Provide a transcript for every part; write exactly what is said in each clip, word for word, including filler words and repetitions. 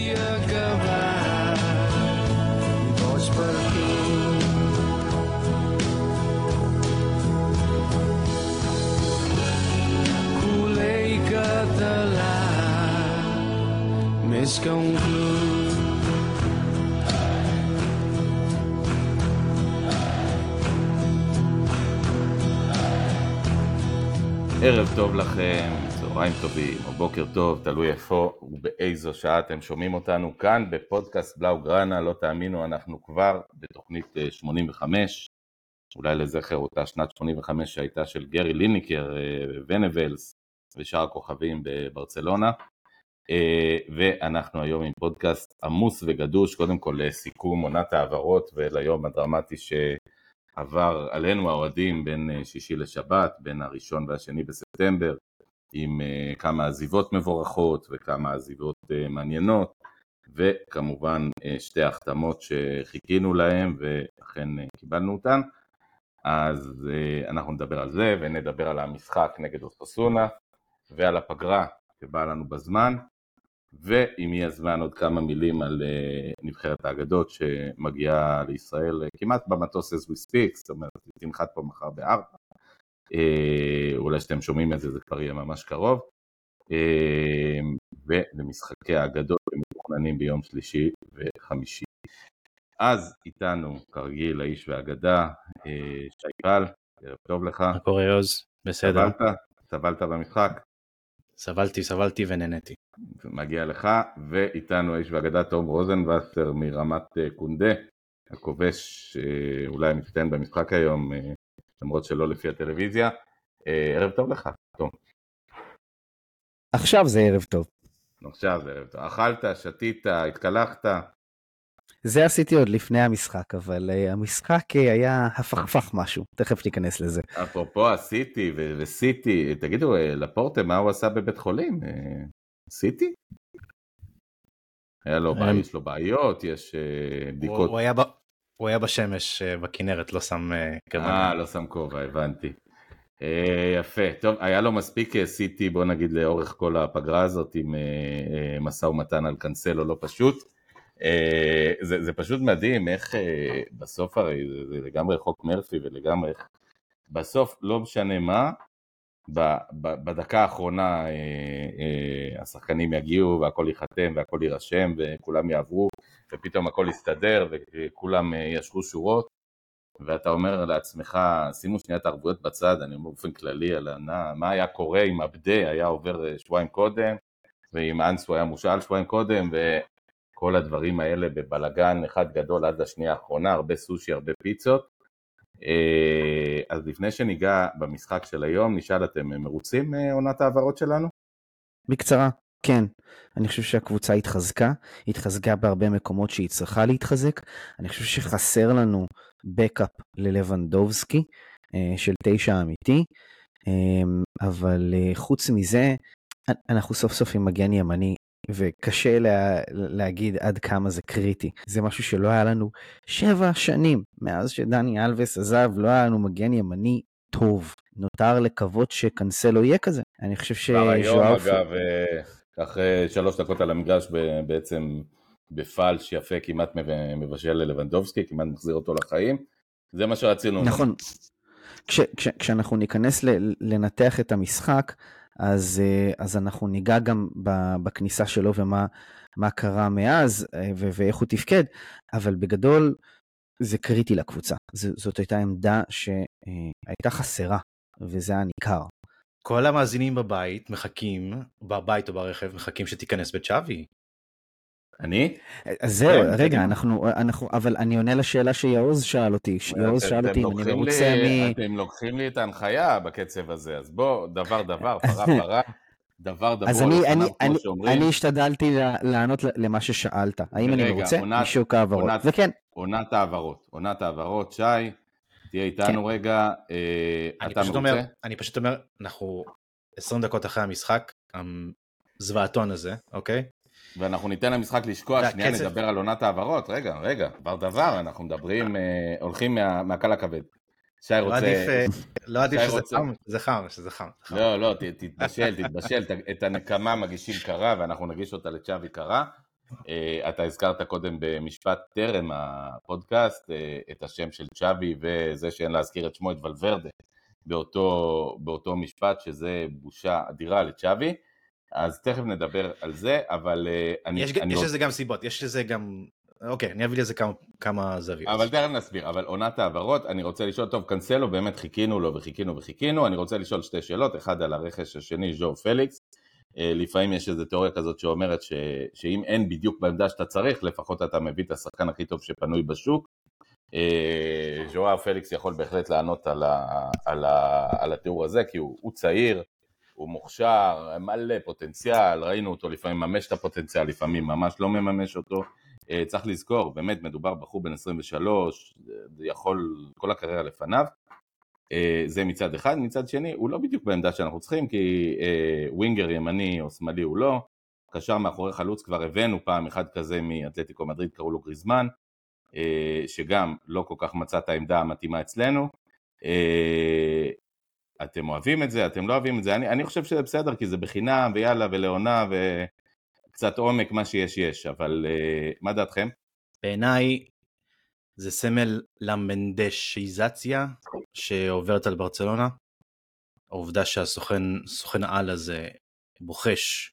acabar. Vols per tu. Culer i català, més que un club. ערב טוב לכם, צהריים טובים, או בוקר טוב, תלוי איפה ובאיזו שעה אתם שומעים אותנו כאן בפודקאסט בלאוגרנה. לא תאמינו, אנחנו כבר בתוכנית שמונים וחמש, אולי לזכר אותה שנת שמונים וחמש שהייתה של גרי ליניקר, ונבלס ושאר הכוכבים בברצלונה, ואנחנו היום עם פודקאסט עמוס וגדוש, קודם כל לסיכום עונת העברות וליום הדרמטי ש... עבר עלינו האוהדים בין שישי לשבת, בין הראשון והשני בספטמבר, עם כמה עזיבות מבורכות וכמה עזיבות מעניינות, וכמובן שתי החתמות שחיכינו להם ואכן קיבלנו אותן. אז אנחנו נדבר על זה ונדבר על המשחק נגד אוססונה ועל הפגרה שבאה לנו בזמן, ואם יהיה זמן עוד כמה מילים על נבחרת האגדות שמגיעה לישראל כמעט במטוס as we speak, זאת אומרת, תנחת פה מחר בארבע, אולי שאתם שומעים את זה, זה כבר יהיה ממש קרוב, ולמשחקי האגדות מתוכננים ביום שלישי וחמישי. אז איתנו כרגיל האיש והאגדה, שי פל, ערב טוב לך. מה קורה יוז? בסדר. סבלת? סבלת במשחק? סבלתי, סבלתי ונהניתי. מגיע לך, ואיתנו האיש והאגדה תום רוזנווסר מרמת קונדה, הכובש אולי המצטיין במשחק היום, למרות שלא לפי הטלוויזיה. ערב טוב לך, תום. עכשיו זה ערב טוב. עכשיו זה ערב טוב. אכלת, שתית, התקלחת? זה עשיתי עוד לפני המשחק, אבל המשחק היה הפכפך משהו, תכף ניכנס לזה. אפרופו עשיתי וסיטי, תגידו, לפורטה מה הוא עשה בבית חולים? סיטי? היה לו בעיות, יש לו בעיות, יש בדיקות. הוא היה ב... הוא היה בשמש בכנרת, לא שם כוונה. אה, לא שם כובע, הבנתי. יפה, טוב, היה לו מספיק סיטי, בוא נגיד לאורך כל הפגרה הזאת, עם מסע ומתן על קנסלו לא פשוט. זה, זה פשוט מדהים איך בסוף, הרי זה, זה לגמרי חוק מרפי ולגמרי איך בסוף לא משנה מה, ב, ב, בדקה האחרונה השחקנים יגיעו והכל ייחתם והכל יירשם וכולם יעברו ופתאום הכל יסתדר וכולם ישרו שורות, ואתה אומר לעצמך, שימו שנייה את הערבויות בצד, אני אומר באופן כללי על מה היה קורה אם עבדי היה עובר שבועיים קודם ואם אנסו היה מושאל שבועיים קודם, ו כל הדברים האלה בבלגן אחד גדול עד השנייה האחרונה, הרבה סושי, הרבה פיצות. אז לפני שניגע במשחק של היום, נשאל, אתם מרוצים עונת העברות שלנו? בקצרה, כן. אני חושב שהקבוצה התחזקה, התחזקה בהרבה מקומות שהיא צריכה להתחזק. אני חושב שחסר לנו בקאפ ללבנדובסקי, של תשע אמיתי, אבל חוץ מזה, אנחנו סוף סוף עם מגן ימני, וקשה לה, להגיד עד כמה זה קריטי. זה משהו שלא היה לנו שבע שנים, מאז שדני אלווס עזב, לא היה לנו מגן ימני טוב. נותר לקוות שקנסלו יהיה כזה. אני חושב ש... כבר היום אגב, אחרי שלוש דקות על המגרש בעצם בפלש יפה, כמעט מבשל ללבנדובסקי, כמעט מחזיר אותו לחיים. זה מה שרצינו. נכון. כש, כש, כשאנחנו ניכנס לנתח את המשחק, אז, אז אנחנו ניגע גם בכניסה שלו ומה מה קרה מאז ו, ואיך הוא תפקד, אבל בגדול זה קריטי לקבוצה. ז, זאת הייתה עמדה שהייתה חסרה, וזה היה ניכר. כל המאזינים בבית מחכים, בבית או ברכב, מחכים שתיכנס בצ'אבי. אני? אז זהו, רגע, אנחנו, אנחנו, אבל אני עונה לשאלה שיעוז שאל אותי, יעוז שאל אותי אם אני מרוצה מ... אתם לוקחים לי את ההנחיה בקצב הזה, אז בוא, דבר דבר, פרה פרה, דבר דבר. אז אני השתדלתי לענות למה ששאלת, האם אני מרוצה משוק העברות, וכן. עונת העברות, עונת העברות, שי, תהיה איתנו רגע, אתה מרוצה? אני פשוט אומר, אנחנו עשרים דקות אחרי המשחק, הזוועתון הזה, אוקיי? ואנחנו ניתן למשחק לשקוע, שנייה נדבר על עונת העברות, רגע, רגע, דבר דבר, אנחנו מדברים, הולכים מהקל הכבד. שי רוצה... לא עדיף שזה חם, זה חם, שזה חם. לא, לא, תתבשל, תתבשל, את הנקמה מגישים קרה, ואנחנו נגיש אותה לצ'אבי קרה, אתה הזכרת קודם במשפט טרם הפודקאסט את השם של צ'אבי וזה שאין להזכיר את שמו, את ולוורדה, באותו, באותו משפט, שזה בושה אדירה לצ'אבי, אז תכף נדבר על זה, אבל אני... יש, אני יש רוצ... לזה גם סיבות, יש לזה גם... אוקיי, אני אביא לזה כמה, כמה זוויות. אבל תכף נסביר, אבל עונת העברות, אני רוצה לשאול, טוב, קנסלו, באמת חיכינו לו וחיכינו וחיכינו, אני רוצה לשאול שתי שאלות, אחד על הרכש השני, ז'ואו פליקס, לפעמים יש איזו תיאוריה כזאת שאומרת ש... שאם אין בדיוק בעמדה שאתה צריך, לפחות אתה מביא את השחקן הכי טוב שפנוי בשוק, ז'ואו פליקס יכול בהחלט לענות על, ה... על, ה... על התיאור הזה, כי הוא, הוא צעיר, הוא מוכשר, מלא פוטנציאל, ראינו אותו לפעמים ממש את הפוטנציאל, לפעמים ממש לא מממש אותו, צריך לזכור, באמת מדובר בחור בן עשרים ושלוש, יכול כל הקריירה לפניו, זה מצד אחד, מצד שני, הוא לא בדיוק בעמדה שאנחנו צריכים, כי ווינגר ימני או שמאלי הוא לא, קשר מאחורי חלוץ כבר הבאנו פעם אחד כזה מאתלטיקו מדריד, קראו לו גריזמן, שגם לא כל כך מצא את העמדה המתאימה אצלנו, אתם אוהבים את זה, אתם לא אוהבים את זה, אני, אני חושב שזה בסדר, כי זה בחינם ויאללה ולעונה וקצת עומק מה שיש יש, אבל uh, מה דעתכם? בעיניי זה סמל למנדשיזציה שעוברת על ברצלונה, העובדה שהסוכן, סוכן העל הזה בוחש,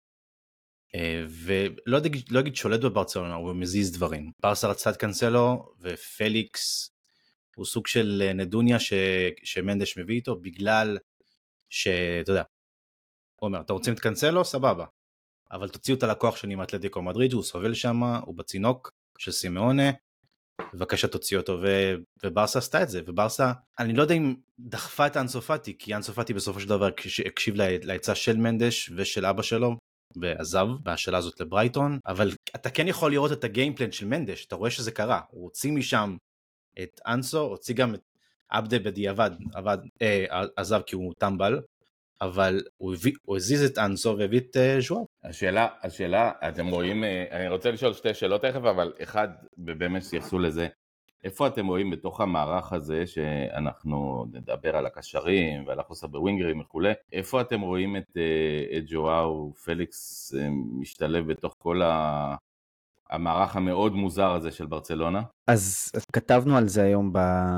ולא אגיד, לא אגיד שולט בברצלונה, הוא מזיז דברים. ברסה רצתה את קנסלו ופליקס, הוא סוג של נדוניה ש... שמנדש מביא איתו, בגלל שאתה יודע, הוא אומר, אתה רוצים את קנסלו? סבבה. אבל תוציאו את הלקוח שלי מאתלטיקו מדריד, הוא סובל שם, הוא בצינוק של סימאונה, בבקשה תוציא אותו, ו... וברסה עשתה את זה, וברסה, אני לא יודע אם דחפה את האנסופטי, כי האנסופטי בסופו של דבר הקשיב להיצע של מנדש ושל אבא שלו, ועזב בהשאלה הזאת לברייטון, אבל אתה כן יכול לראות את הגיימפלן של מנדש, אתה רואה שזה קרה, הוא הוציא משם את אנסו, הוציא גם את עבדה בדיעבד, עבד, אה, עזב כי הוא טמבל, אבל הוא, הביא, הוא הזיז את אנסו והביא את אה, ז'ואר. השאלה, השאלה, אתם רואים, אני רוצה לשאול שתי שאלות תכף, אבל אחד, באמת שתייחסו לזה, איפה אתם רואים בתוך המערך הזה, שאנחנו נדבר על הקשרים, ועל החוסר בווינגרים וכו', איפה אתם רואים את, את ז'ואאו פליקס משתלב בתוך כל ה... המערך המאוד מוזר הזה של ברצלונה? אז, אז כתבנו על זה היום ב,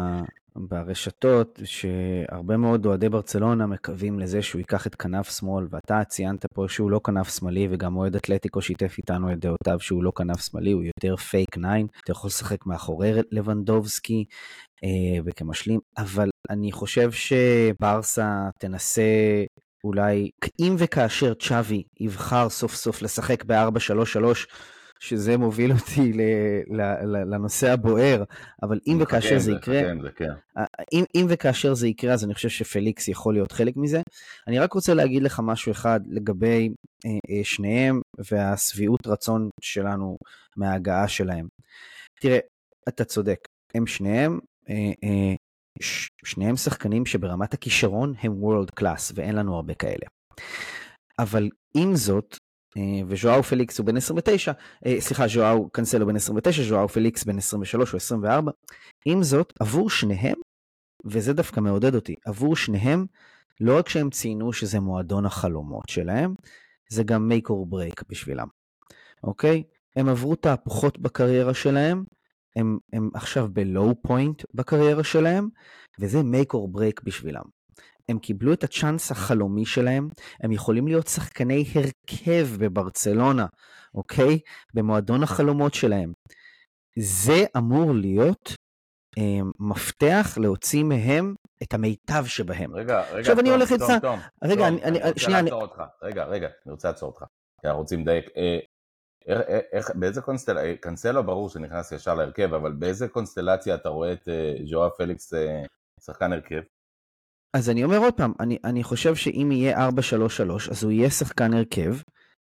ברשתות, שהרבה מאוד אוהדי ברצלונה מקווים לזה שהוא ייקח את כנף שמאל, ואתה ציינת פה שהוא לא כנף שמאלי, וגם אוהד אתלטיקו שיתף איתנו את דעותיו שהוא לא כנף שמאלי, הוא יותר פייק ניין, אתה יכול לשחק מאחורי לבנדובסקי אה, וכמשלים, אבל אני חושב שברסה תנסה אולי, אם וכאשר צ'אבי יבחר סוף סוף לשחק ב-ארבע שלוש שלוש, שזה מוביל אותי לנושא הבוער, אבל אם וכאשר זה יקרה, אם, אם וכאשר זה יקרה, אז אני חושב שפליקס יכול להיות חלק מזה. אני רק רוצה להגיד לך משהו אחד לגבי שניהם, והסביעות רצון שלנו מההגעה שלהם. תראה, אתה צודק, הם שניהם, שניהם שחקנים שברמת הכישרון הם וורלד קלאס, ואין לנו הרבה כאלה. אבל עם זאת, וז'ואאו פליקס הוא בן עשרים ותשע, סליחה, ז'ואאו קנסלו בן עשרים ותשע, ז'ואאו פליקס בן עשרים ושלוש או עשרים וארבע, עם זאת, עבור שניהם, וזה דווקא מעודד אותי, עבור שניהם, לא רק שהם ציינו שזה מועדון החלומות שלהם, זה גם make or break בשבילם, אוקיי? הם עברו תהפוכות בקריירה שלהם, הם, הם עכשיו בלואו פוינט בקריירה שלהם, וזה make or break בשבילם. הם קיבלו את הצ'אנס החלומי שלהם, הם יכולים להיות שחקני הרכב בברצלונה, אוקיי? במועדון החלומות שלהם. זה אמור להיות אה, מפתח להוציא מהם את המיטב שבהם. רגע, רגע, עכשיו תום, אני הולך תום, לצע... תום, רגע, תום, אני, אני אני, רוצה שנייה, לעצור אני... אותך. רגע, רגע, אני רוצה לעצור אותך. כי אנחנו רוצים לדייק. אה, איך, איך, באיזה קונסטלציה, קנסלו ברור שנכנס ישר להרכב, אבל באיזה קונסטלציה אתה רואה את אה, ז'ואאו פליקס אה, שחקן הרכב? אז אני אומר עוד פעם, אני, אני חושב שאם יהיה ארבע שלוש שלוש, אז הוא יהיה שחקן הרכב,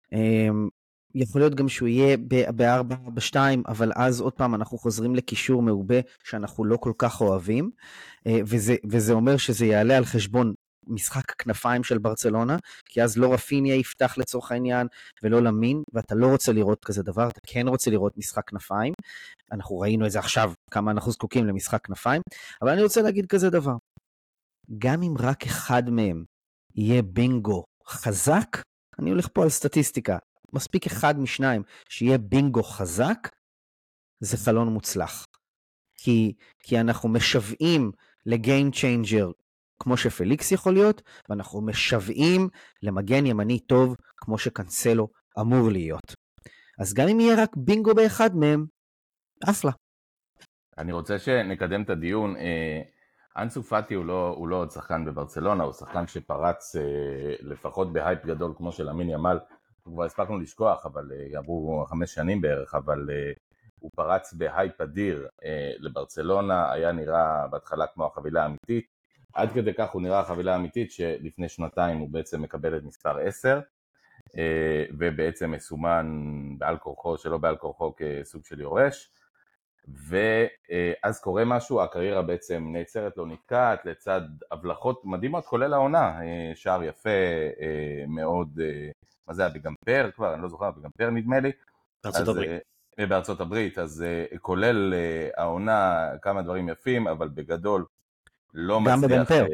יכול להיות גם שהוא יהיה ב-ארבע ארבע שתיים, אבל אז עוד פעם אנחנו חוזרים לקישור מעובה שאנחנו לא כל כך אוהבים, וזה, וזה אומר שזה יעלה על חשבון משחק כנפיים של ברצלונה, כי אז לא רפיניה יפתח לצורך העניין, ולא למין, ואתה לא רוצה לראות כזה דבר, אתה כן רוצה לראות משחק כנפיים, אנחנו ראינו את זה עכשיו, כמה אנחנו זקוקים למשחק כנפיים, אבל אני רוצה להגיד כזה דבר, גם אם רק אחד מהם יהיה בינגו חזק, אני הולך פה על סטטיסטיקה, מספיק אחד משניים שיהיה בינגו חזק, זה חלון מוצלח. כי, כי אנחנו משוועים לגיים צ'יינג'ר כמו שפליקס יכול להיות, ואנחנו משוועים למגן ימני טוב כמו שקנסלו אמור להיות. אז גם אם יהיה רק בינגו באחד מהם, אחלה. אני רוצה שנקדם את הדיון. אנסו פאטי הוא לא, הוא לא עוד שחקן בברצלונה, הוא שחקן שפרץ לפחות בהייפ גדול כמו של אמין ימל, כבר הספקנו לשכוח, אבל עברו חמש שנים בערך, אבל הוא פרץ בהייפ אדיר לברצלונה, היה נראה בהתחלה כמו החבילה האמיתית, עד כדי כך הוא נראה החבילה האמיתית שלפני שנתיים הוא בעצם מקבל את מספר עשר, ובעצם מסומן בעל כורחו שלא בעל כורחו כסוג של יורש, ואז קורה משהו, הקריירה בעצם נעצרת, לא נתקעת, לצד הבלחות מדהימות, כולל העונה, שער יפה מאוד, מה זה היה בגמפר כבר, אני לא זוכר, בגמפר נדמה לי, בארצות הברית. בארצות הברית, אז כולל העונה כמה דברים יפים, אבל בגדול לא גם מצליח... בגמפר.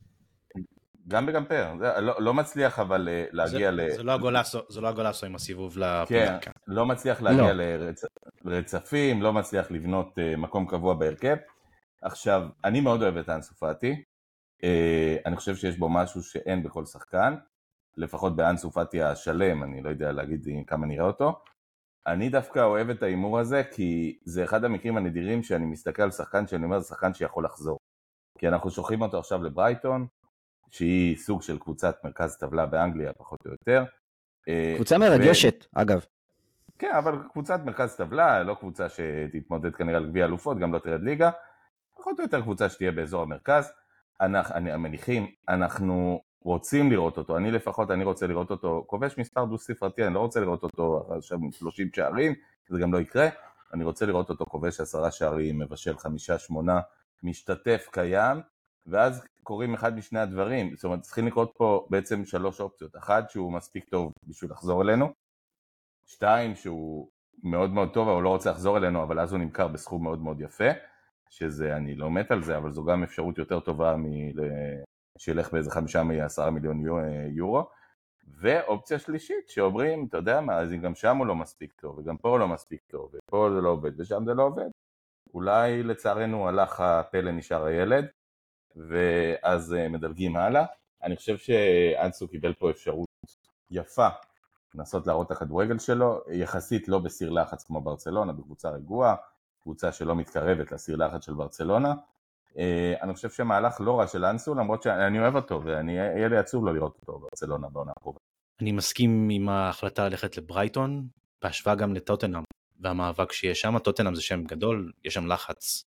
גם בגמפר, לא, לא מצליח אבל להגיע זה, ל... זה לא הגולסו, זה לא הגולסו עם הסיבוב לפינה. כן, לא מצליח להגיע לא. לרצ... לרצפים, לא מצליח לבנות uh, מקום קבוע בהרכב. עכשיו, אני מאוד אוהב את אנסו פאטי, uh, אני חושב שיש בו משהו שאין בכל שחקן, לפחות באנסו פאטי השלם, אני לא יודע להגיד כמה נראה אותו. אני דווקא אוהב את האימור הזה, כי זה אחד המקרים הנדירים שאני מסתכל על שחקן, שאני אומר, זה שחקן שיכול לחזור. כי אנחנו שולחים אותו עכשיו לברייטון, שהיא סוג של קבוצת מרכז טבלה באנגליה, פחות או יותר. קבוצה מרגשת, ו... אגב. כן, אבל קבוצת מרכז טבלה, לא קבוצה שתתמודד כנראה על גביע אלופות, גם לא תרד ליגה, פחות או יותר קבוצה שתהיה באזור המרכז. אנחנו, אני, המניחים, אנחנו רוצים לראות אותו, אני לפחות, אני רוצה לראות אותו, כובש מספר דו ספרתי, אני לא רוצה לראות אותו עכשיו עם שלושים שערים, זה גם לא יקרה, אני רוצה לראות אותו כובש עשרה שערים, מבשל חמישה, שמונה, משתתף קיים, ואז קוראים אחד משני הדברים, זאת אומרת, צריכים לקרות פה בעצם שלוש אופציות, אחד שהוא מספיק טוב בשביל לחזור אלינו, שתיים שהוא מאוד מאוד טוב, אבל הוא לא רוצה לחזור אלינו, אבל אז הוא נמכר בסכום מאוד מאוד יפה, שזה, אני לא מת על זה, אבל זו גם אפשרות יותר טובה מ... שילך באיזה חמישה מעשרה מיליון יורו, ואופציה שלישית שאומרים, אתה יודע מה, אז גם שם הוא לא מספיק טוב, וגם פה הוא לא מספיק טוב, ופה זה לא עובד, ושם זה לא עובד. אולי לצערנו הלך הפלא נשאר הילד, ואז מדלגים הלאה. אני חושב שאנסו קיבל פה אפשרות יפה, לנסות להראות את הכדורגל שלו, יחסית לא בסיר לחץ כמו ברצלונה, בקבוצה רגועה, קבוצה שלא מתקרבת לסיר לחץ של ברצלונה. אני חושב שמהלך לא רע של אנסו, למרות שאני אוהב אותו, ואני יהיה לי עצוב לא לראות אותו ברצלונה בעונה הקרובה. אני מסכים עם ההחלטה ללכת לברייטון, בהשוואה גם לטוטנהאם, והמאבק שיש שם, טוטנהאם זה שם גדול, יש שם לחץ,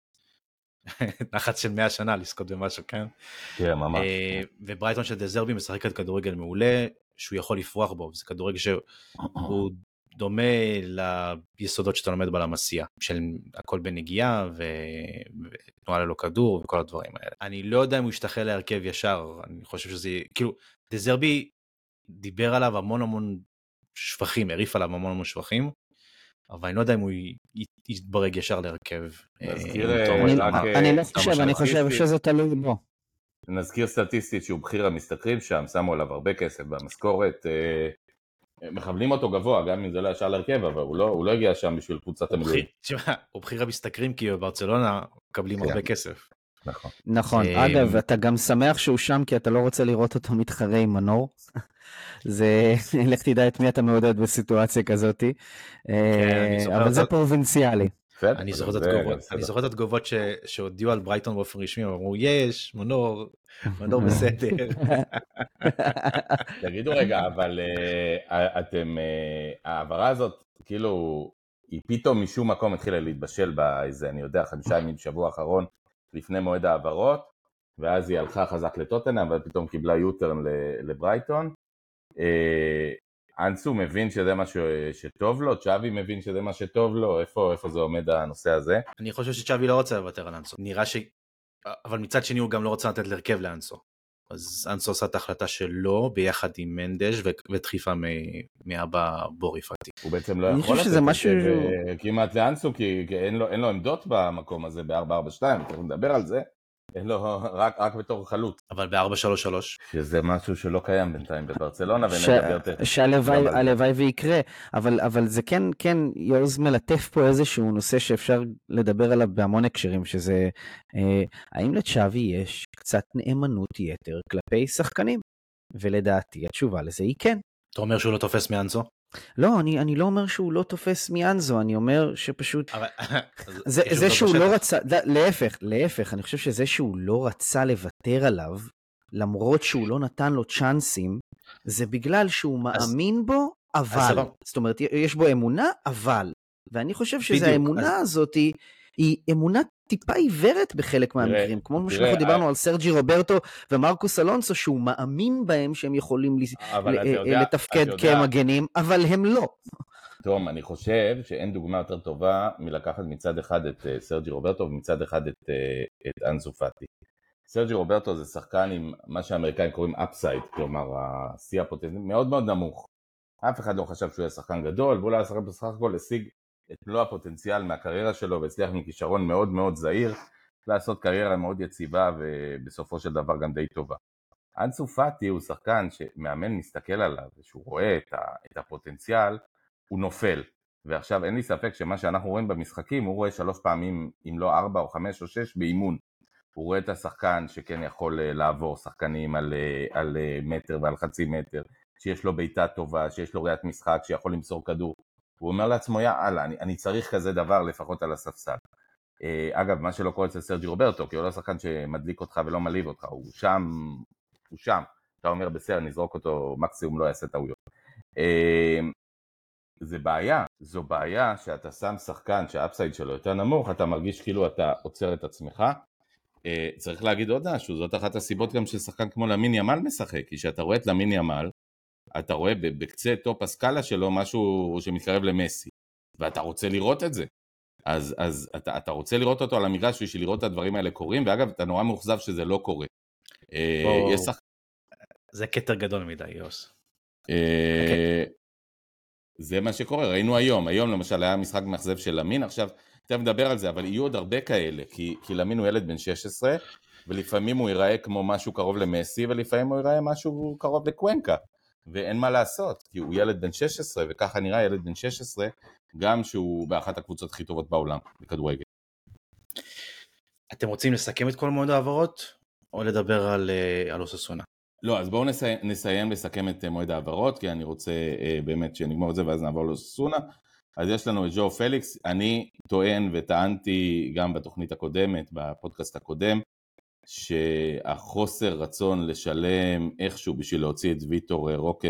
לחץ של מאה שנה לזכות במשהו, כן? כן, ממש. וברייטון של דזרבי משחק את כדורגל מעולה, שהוא יכול לפרוח בו, זה כדורגל שהוא דומה ליסודות שאתה לומד בלמסייה, של הכל בנגיעה ותנועה ללא כדור וכל הדברים האלה. אני לא יודע אם הוא ישתחל להרכב ישר, אני חושב שזה, כאילו, דזרבי דיבר עליו המון המון שבחים, הריף עליו המון המון שבחים, אבל אני לא יודע אם הוא יתברג ישר להרכב. אני לא חושב, אני חושב שזה תלוי בו. נזכיר סטטיסטית שהוא בחיר המשתכרים שם, שמו עליו הרבה כסף במשכורת, מכבלים אותו גבוה, גם אם זה לא ישר להרכב, אבל הוא לא, הוא לא הגיע שם בשביל קבוצת המילואים. הוא בחיר המשתכרים כי בברצלונה מקבלים הרבה כסף. נכון. נכון, אגב, אתה גם שמח שהוא שם כי אתה לא רוצה לראות אותו מתחרה עם מנור. זה, לך תדע את מי אתה מעודד בסיטואציה כזאת, אבל זה פרובינציאלי. אני זוכר את התגובות שהודיעו על ברייטון באופן רשמי, אמרו, יש, מנור, מנור בסדר. תגידו רגע, אבל אתם, העברה הזאת, כאילו, היא פתאום משום מקום התחילה להתבשל באיזה, אני יודע, חמישה ימים בשבוע האחרון, לפני מועד העברות, ואז היא הלכה חזק לטוטנהאם, אבל פתאום קיבלה יוטרן לברייטון. אנסו מבין שזה מה שטוב לו, צ'אבי מבין שזה מה שטוב לו, איפה, איפה זה עומד הנושא הזה? אני חושב שצ'אבי לא רוצה לוותר על אנסו, נראה ש... אבל מצד שני הוא גם לא רוצה לתת להרכב לאנסו, אז אנסו עושה את ההחלטה שלו ביחד עם מנדש ודחיפה מאבא בורי פאטי. הוא בעצם לא יכול לתת משהו... כמעט לאנסו, כי אין לו, אין לו עמדות במקום הזה ב-ארבע ארבע שתיים, אנחנו נדבר על זה, לא, רק, רק בתור חלוץ. אבל ב-ארבע שלוש שלוש. שזה משהו שלא קיים בינתיים בברצלונה, ש- ונדבר תכף. שהלוואי גם על זה. הלוואי ויקרה, אבל, אבל זה כן, כן, יוז מלטף פה איזשהו נושא שאפשר לדבר עליו בהמון הקשרים, שזה, אה, האם לצ'אבי יש קצת נאמנות יתר כלפי שחקנים? ולדעתי התשובה לזה היא כן. אתה אומר שהוא לא תופס מאנסו? לא, אני, אני לא אומר שהוא לא תופס מאנזו, אני אומר שפשוט, אבל... זה, יש זה אותו שהוא בשטח. לא רצה, להפך, להפך, אני חושב שזה שהוא לא רצה לוותר עליו, למרות שהוא לא נתן לו צ'אנסים, זה בגלל שהוא מאמין בו, אבל, סבבה. זאת אומרת, יש בו אמונה, אבל, ואני חושב שזו בדיוק, האמונה הזאת, היא, היא אמונה טיפה עיוורת בחלק מהמקרים, כמו מה שאנחנו דיברנו על סרג'י רוברטו ומרקוס אלונסו, שהוא מאמין בהם שהם יכולים אבל אתה יודע- לתפקד אתה יודע- כמגנים, אבל הם לא. תום, אני חושב שאין דוגמה יותר טובה מלקחת מצד אחד את אה, סרג'י רוברטו ומצד אחד את, אה, את אנסו פאטי. סרג'י רוברטו זה שחקן עם מה שהאמריקאים קוראים אפסייד, כלומר השיא הפוטנציאל מאוד מאוד נמוך. אף אחד לא חשב שהוא היה שחקן גדול, ואולי השחקן בסך הכל השיג את מלוא הפוטנציאל מהקריירה שלו, והצליח עם כישרון מאוד מאוד זהיר, לעשות קריירה מאוד יציבה ובסופו של דבר גם די טובה. אנסו פאטי הוא שחקן שמאמן מסתכל עליו, ושהוא רואה את, ה, את הפוטנציאל, הוא נופל. ועכשיו אין לי ספק שמה שאנחנו רואים במשחקים, הוא רואה שלוש פעמים, אם לא ארבע או חמש או שש, באימון. הוא רואה את השחקן שכן יכול לעבור שחקנים על, על מטר ועל חצי מטר, שיש לו ביתה טובה, שיש לו ראיית משחק, שיכול למסור כדור. הוא אומר לעצמו, יאללה, אני, אני צריך כזה דבר לפחות על הספסל. אגב, מה שלא קורה אצל סרג'י רוברטו, כי הוא לא שחקן שמדליק אותך ולא מליב אותך, הוא שם, הוא שם. אתה אומר, בסדר, נזרוק אותו, מקסימום לא יעשה טעויות. זה בעיה, זו בעיה שאתה שם שחקן שהאפסייד שלו יותר נמוך, אתה מרגיש כאילו אתה עוצר את עצמך. צריך להגיד עוד משהו, זאת אחת הסיבות גם ששחקן כמו למין ימל משחק, כי שאתה רואה את למין ימל, אתה רואה בקצה טופ הסקאלה שלו משהו שמתקרב למסי, ואתה רוצה לראות את זה. אז, אז אתה, אתה רוצה לראות אותו על המגרש בשביל לראות את הדברים האלה קורים, ואגב, אתה נורא מאוכזב שזה לא קורה. יש שח... זה קטר גדול מדי, יוס. זה מה שקורה, ראינו היום, היום למשל היה משחק מאכזב של למין, עכשיו אתה מדבר על זה, אבל יהיו עוד הרבה כאלה, כי, כי למין הוא ילד בן שש עשרה, ולפעמים הוא ייראה כמו משהו קרוב למסי, ולפעמים הוא ייראה משהו קרוב לקוונקה, ואין מה לעשות, כי הוא ילד בן שש עשרה, וככה נראה ילד בן שש עשרה, גם שהוא באחת הקבוצות הכי טובות בעולם, בכדורגל. אתם רוצים לסכם את כל מועד העברות, או לדבר על, על אוססונה? לא, אז בואו נסיים, נסיים לסכם את מועד העברות, כי אני רוצה אה, באמת שנגמור את זה, ואז נעבור לאוססונה. אז יש לנו את ג'ו פליקס, אני טוען וטענתי גם בתוכנית הקודמת, בפודקאסט הקודם, שהחוסר רצון לשלם איכשהו בשביל להוציא את ויטור רוקה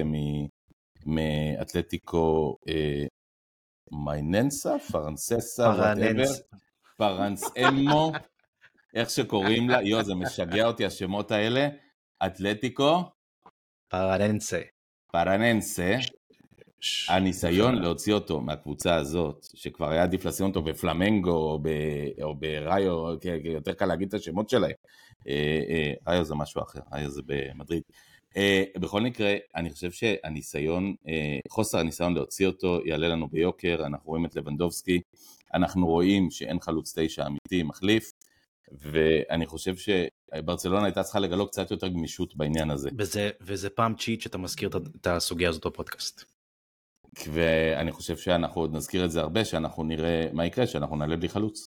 מאתלטיקו אה, מייננסה, פרנססה, פרננס. פרנסאמו, איך שקוראים לה, יו, זה משגע אותי השמות האלה, אתלטיקו פרננסה. פרננסה, הניסיון להוציא אותו מהקבוצה הזאת, שכבר היה עדיף לשים אותו בפלמנגו או בראיו, יותר קל להגיד את השמות שלהם, ראיו זה משהו אחר, ראיו זה במדריד. בכל מקרה, אני חושב שהניסיון, חוסר הניסיון להוציא אותו יעלה לנו ביוקר, אנחנו רואים את לבנדובסקי, אנחנו רואים שאין חלוץ תשע אמיתי מחליף, ואני חושב שברצלונה הייתה צריכה לגלות קצת יותר גמישות בעניין הזה. וזה, וזה פעם צ'יט שאתה מזכיר את הסוגיה הזאת בפודקאסט. ואני חושב שאנחנו עוד נזכיר את זה הרבה, שאנחנו נראה מה יקרה, שאנחנו נעלה בלי חלוץ.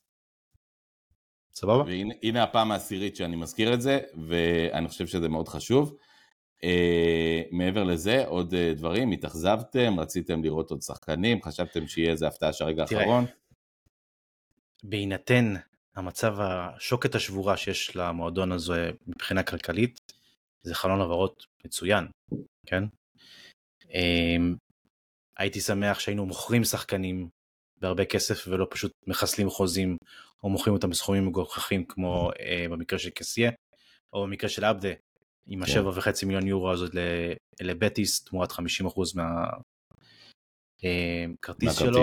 סבבה? והנה הפעם העשירית שאני מזכיר את זה, ואני חושב שזה מאוד חשוב. מעבר לזה, עוד דברים, התאכזבתם, רציתם לראות עוד שחקנים, חשבתם שיהיה איזה הפתעה שהרגע האחרון. בהינתן המצב השוקת השבורה שיש למועדון הזו מבחינה כלכלית, זה חלון עברות מצוין, כן? הייתי שמח שהיינו מוכרים שחקנים בהרבה כסף ולא פשוט מחסלים חוזים או מוכרים אותם בסכומים מגוחכים כמו במקרה של קסיה או במקרה של עבדה עם השבע וחצי מיליון יורו הזאת לבטיס תמורת חמישים אחוז מהכרטיס שלו.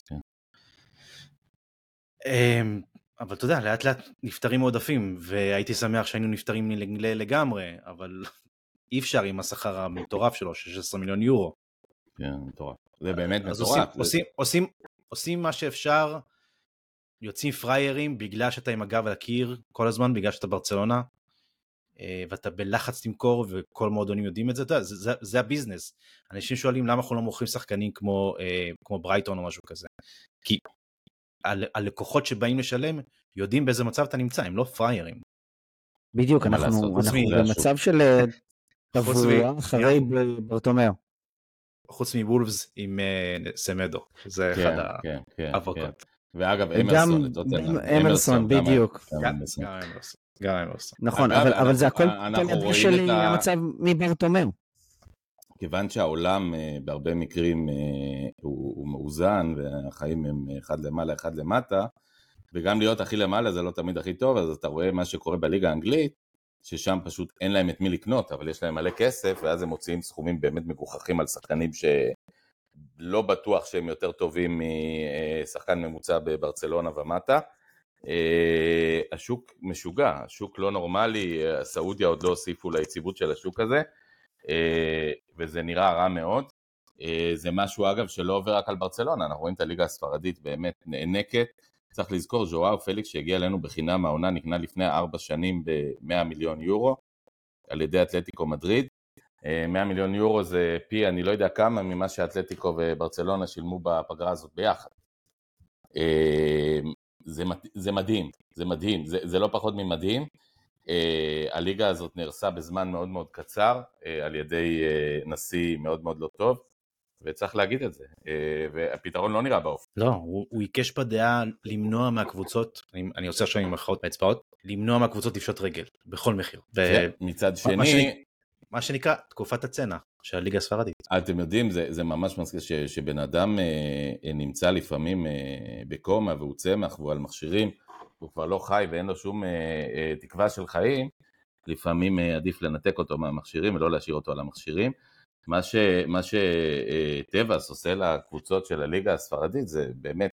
אבל אתה יודע, לאט לאט נפטרים עודפים, והייתי שמח שהיינו נפטרים לגמרי, אבל אי אפשר עם השכר המטורף שלו, שש עשרה מיליון יורו. כן, מטורף. זה באמת מטורף. עושים, עושים, עושים, עושים מה שאפשר, יוצאים פריירים בגלל שאתה עם הגב על הקיר כל הזמן, בגלל שאתה ברצלונה, ואתה בלחץ למכור, וכל מועדונים יודעים את זה, זה, זה, זה הביזנס. אנשים שואלים למה אנחנו לא מוכרים שחקנים כמו, כמו ברייטון או משהו כזה. כי הלקוחות שבאים לשלם יודעים באיזה מצב אתה נמצא, הם לא פריירים. בדיוק, אנחנו, אנחנו במצב של תבוע אחרי ברטומאו. חוץ מוולפס עם סמדו, זה אחד האבוקות. ואגב, אמרסון, אמרסון, בדיוק. גם אמרסון. נכון, אבל זה הכל תלוי של המצב מברטומאו. כיוון שהעולם בהרבה מקרים הוא מאוזן, והחיים הם אחד למעלה, אחד למטה, וגם להיות הכי למעלה זה לא תמיד הכי טוב, אז אתה רואה מה שקורה בליגה האנגלית, ששם פשוט אין להם את מי לקנות, אבל יש להם מלא כסף, ואז הם מוציאים סכומים באמת מגוחכים על שחקנים שלא בטוח שהם יותר טובים משחקן ממוצע בברצלונה ומטה. השוק משוגע, השוק לא נורמלי, הסעודיה עוד לא הוסיפו ליציבות של השוק הזה, וזה נראה רע מאוד. זה משהו אגב שלא עובר רק על ברצלונה, אנחנו רואים את הליגה הספרדית באמת נאנקת. צריך לזכור, ז'ואאו פליקס שהגיע אלינו בחינם, העונה נקנה לפני ארבע שנים ב-מאה מיליון יורו, על ידי אתלטיקו מדריד. מאה מיליון יורו זה פי, אני לא יודע כמה, ממה שאתלטיקו וברצלונה שילמו בפגרה הזאת ביחד. זה, זה מדהים, זה מדהים, זה, זה לא פחות ממדהים. הליגה הזאת נרסה בזמן מאוד מאוד קצר, על ידי נשיא מאוד מאוד לא טוב, וצריך להגיד את זה, והפתרון לא נראה באופן. לא, הוא, הוא עיקש בדעה למנוע מהקבוצות, אני, אני עושה עכשיו עם מחאות באצבעות, למנוע מהקבוצות לפשוט רגל, בכל מחיר. מצד שני, מה, שני, מה שנקרא, תקופת הצנע של הליגה הספרדית. אתם יודעים, זה, זה ממש מזכיר ש, שבן אדם אה, נמצא לפעמים אה, בקומה, והוא צמח, והוא על מכשירים, הוא כבר לא חי ואין לו שום אה, אה, תקווה של חיים, לפעמים אה, עדיף לנתק אותו מהמכשירים ולא להשאיר אותו על המכשירים. מה ש, מה שטבעס עושה לקבוצות של הליגה הספרדית זה באמת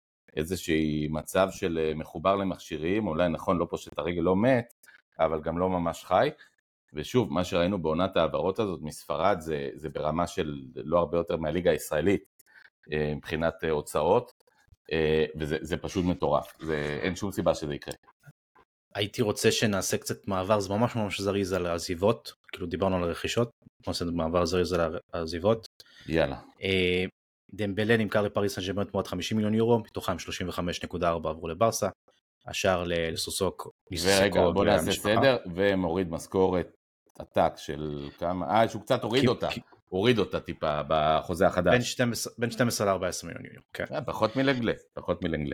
איזושהי מצב של מחובר למכשירים, אולי נכון לא פושט הרגל לא מת, אבל גם לא ממש חי. ושוב, מה שראינו בעונת העברות הזאת מספרד זה, זה ברמה של לא הרבה יותר מהליגה הישראלית מבחינת הוצאות, וזה זה פשוט מטורף, זה, אין שום סיבה שזה יקרה. הייתי רוצה שנעשה קצת מעבר, זה ממש ממש זריז על העזיבות, כאילו דיברנו על הרכישות, נעשה מעבר זריז על העזיבות. יאללה. דמבלה נמכר לפריס סן ז'רמן תמורת חמישים מיליון יורו, מתוכם שלושים וחמש נקודה ארבע עברו לברסה, השאר לסוסוק. ורגע, בוא נעשה סדר, ומוריד משכורת עתק של כמה, אה, שהוא קצת הוריד אותה, הוריד אותה טיפה בחוזה החדש. בין שתים עשרה ל-ארבע עשרה מיליון יורו, כן. פחות מלנגלה, פחות מלנגלה.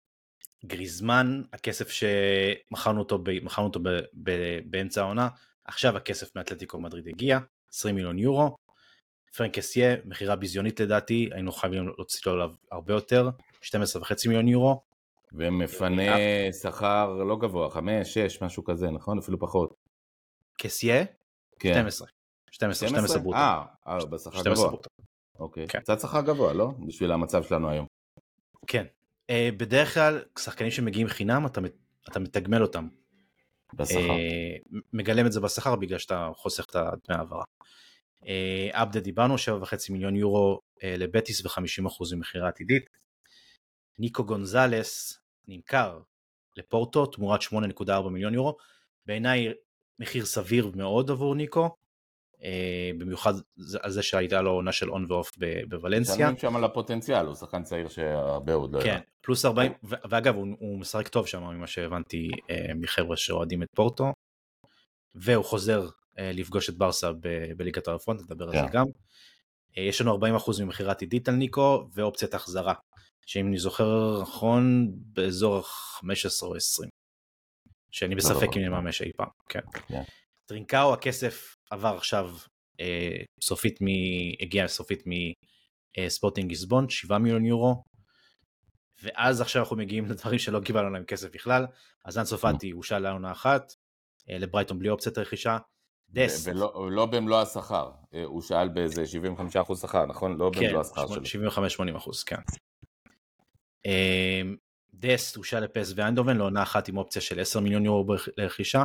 גריזמן, הכסף שמכרנו אותו, מכרנו אותו ב, ב, באמצע העונה, עכשיו הכסף מאתלטיקו מדריד הגיע, עשרים מיליון יורו, פרנק קסיה, מחירה ביזיונית לדעתי, היינו חייבים להוציא לו עליו הרבה יותר, שתים עשרה וחצי מיליון יורו. ומפנה שכר לא גבוה, חמש, שש, משהו כזה, נכון? אפילו פחות. קסיה? כן. שתים עשרה. שתים עשרה, שתים עשרה ברוטו. אה, בשכר גבוה. אוקיי, קצת שכר גבוה, לא? בשביל המצב שלנו היום. כן. בדרך כלל, שחקנים שמגיעים חינם, אתה, אתה מתגמל אותם. בשכר. מגלם את זה בשכר, בגלל שאתה חוסך את דמי העברה. אבדה דיברנו, שבע וחצי מיליון יורו לבטיס ו-חמישים אחוז ממחירה עתידית. ניקו גונזלס נמכר לפורטו, תמורת שמונה נקודה ארבע מיליון יורו. בעיניי מחיר סביר מאוד עבור ניקו, במיוחד על זה שהייתה לו עונה של און ואוף בוולנסיה. שמים שם על הפוטנציאל, הוא שחקן צעיר שהרבה עוד לא יודע. כן, פלוס ארבעים, ואגב הוא משחק טוב שם ממה שהבנתי מחבר'ה שאוהדים את פורטו, והוא חוזר לפגוש את ברסה בליגת האלופות, נדבר על זה גם. יש לנו ארבעים אחוז ממחירה עתידית על ניקו, ואופציית החזרה, שאם אני זוכר נכון, באזור חמש עשרה או עשרים, שאני בספק אם נממש אי פעם, כן. טרינקאו, הכסף עבר עכשיו אה, סופית מ... הגיע סופית מספורטינג ליסבון, שבעה מיליון יורו, ואז עכשיו אנחנו מגיעים לדברים שלא קיבלנו להם כסף בכלל, אז אנסו פאטי הושאל לעונה אחת, אה, לברייטון בלי אופציית רכישה, דסט. ולא לא במלוא השכר, אה, הוא שאל באיזה שבעים וחמישה אחוז שכר, נכון? לא במלוא השכר שלו. כן, שבעים וחמש שמונים אחוז, כן. אה, דסט הושאל לפס ואיינדובן, לעונה אחת עם אופציה של עשרה מיליון יורו לרכישה,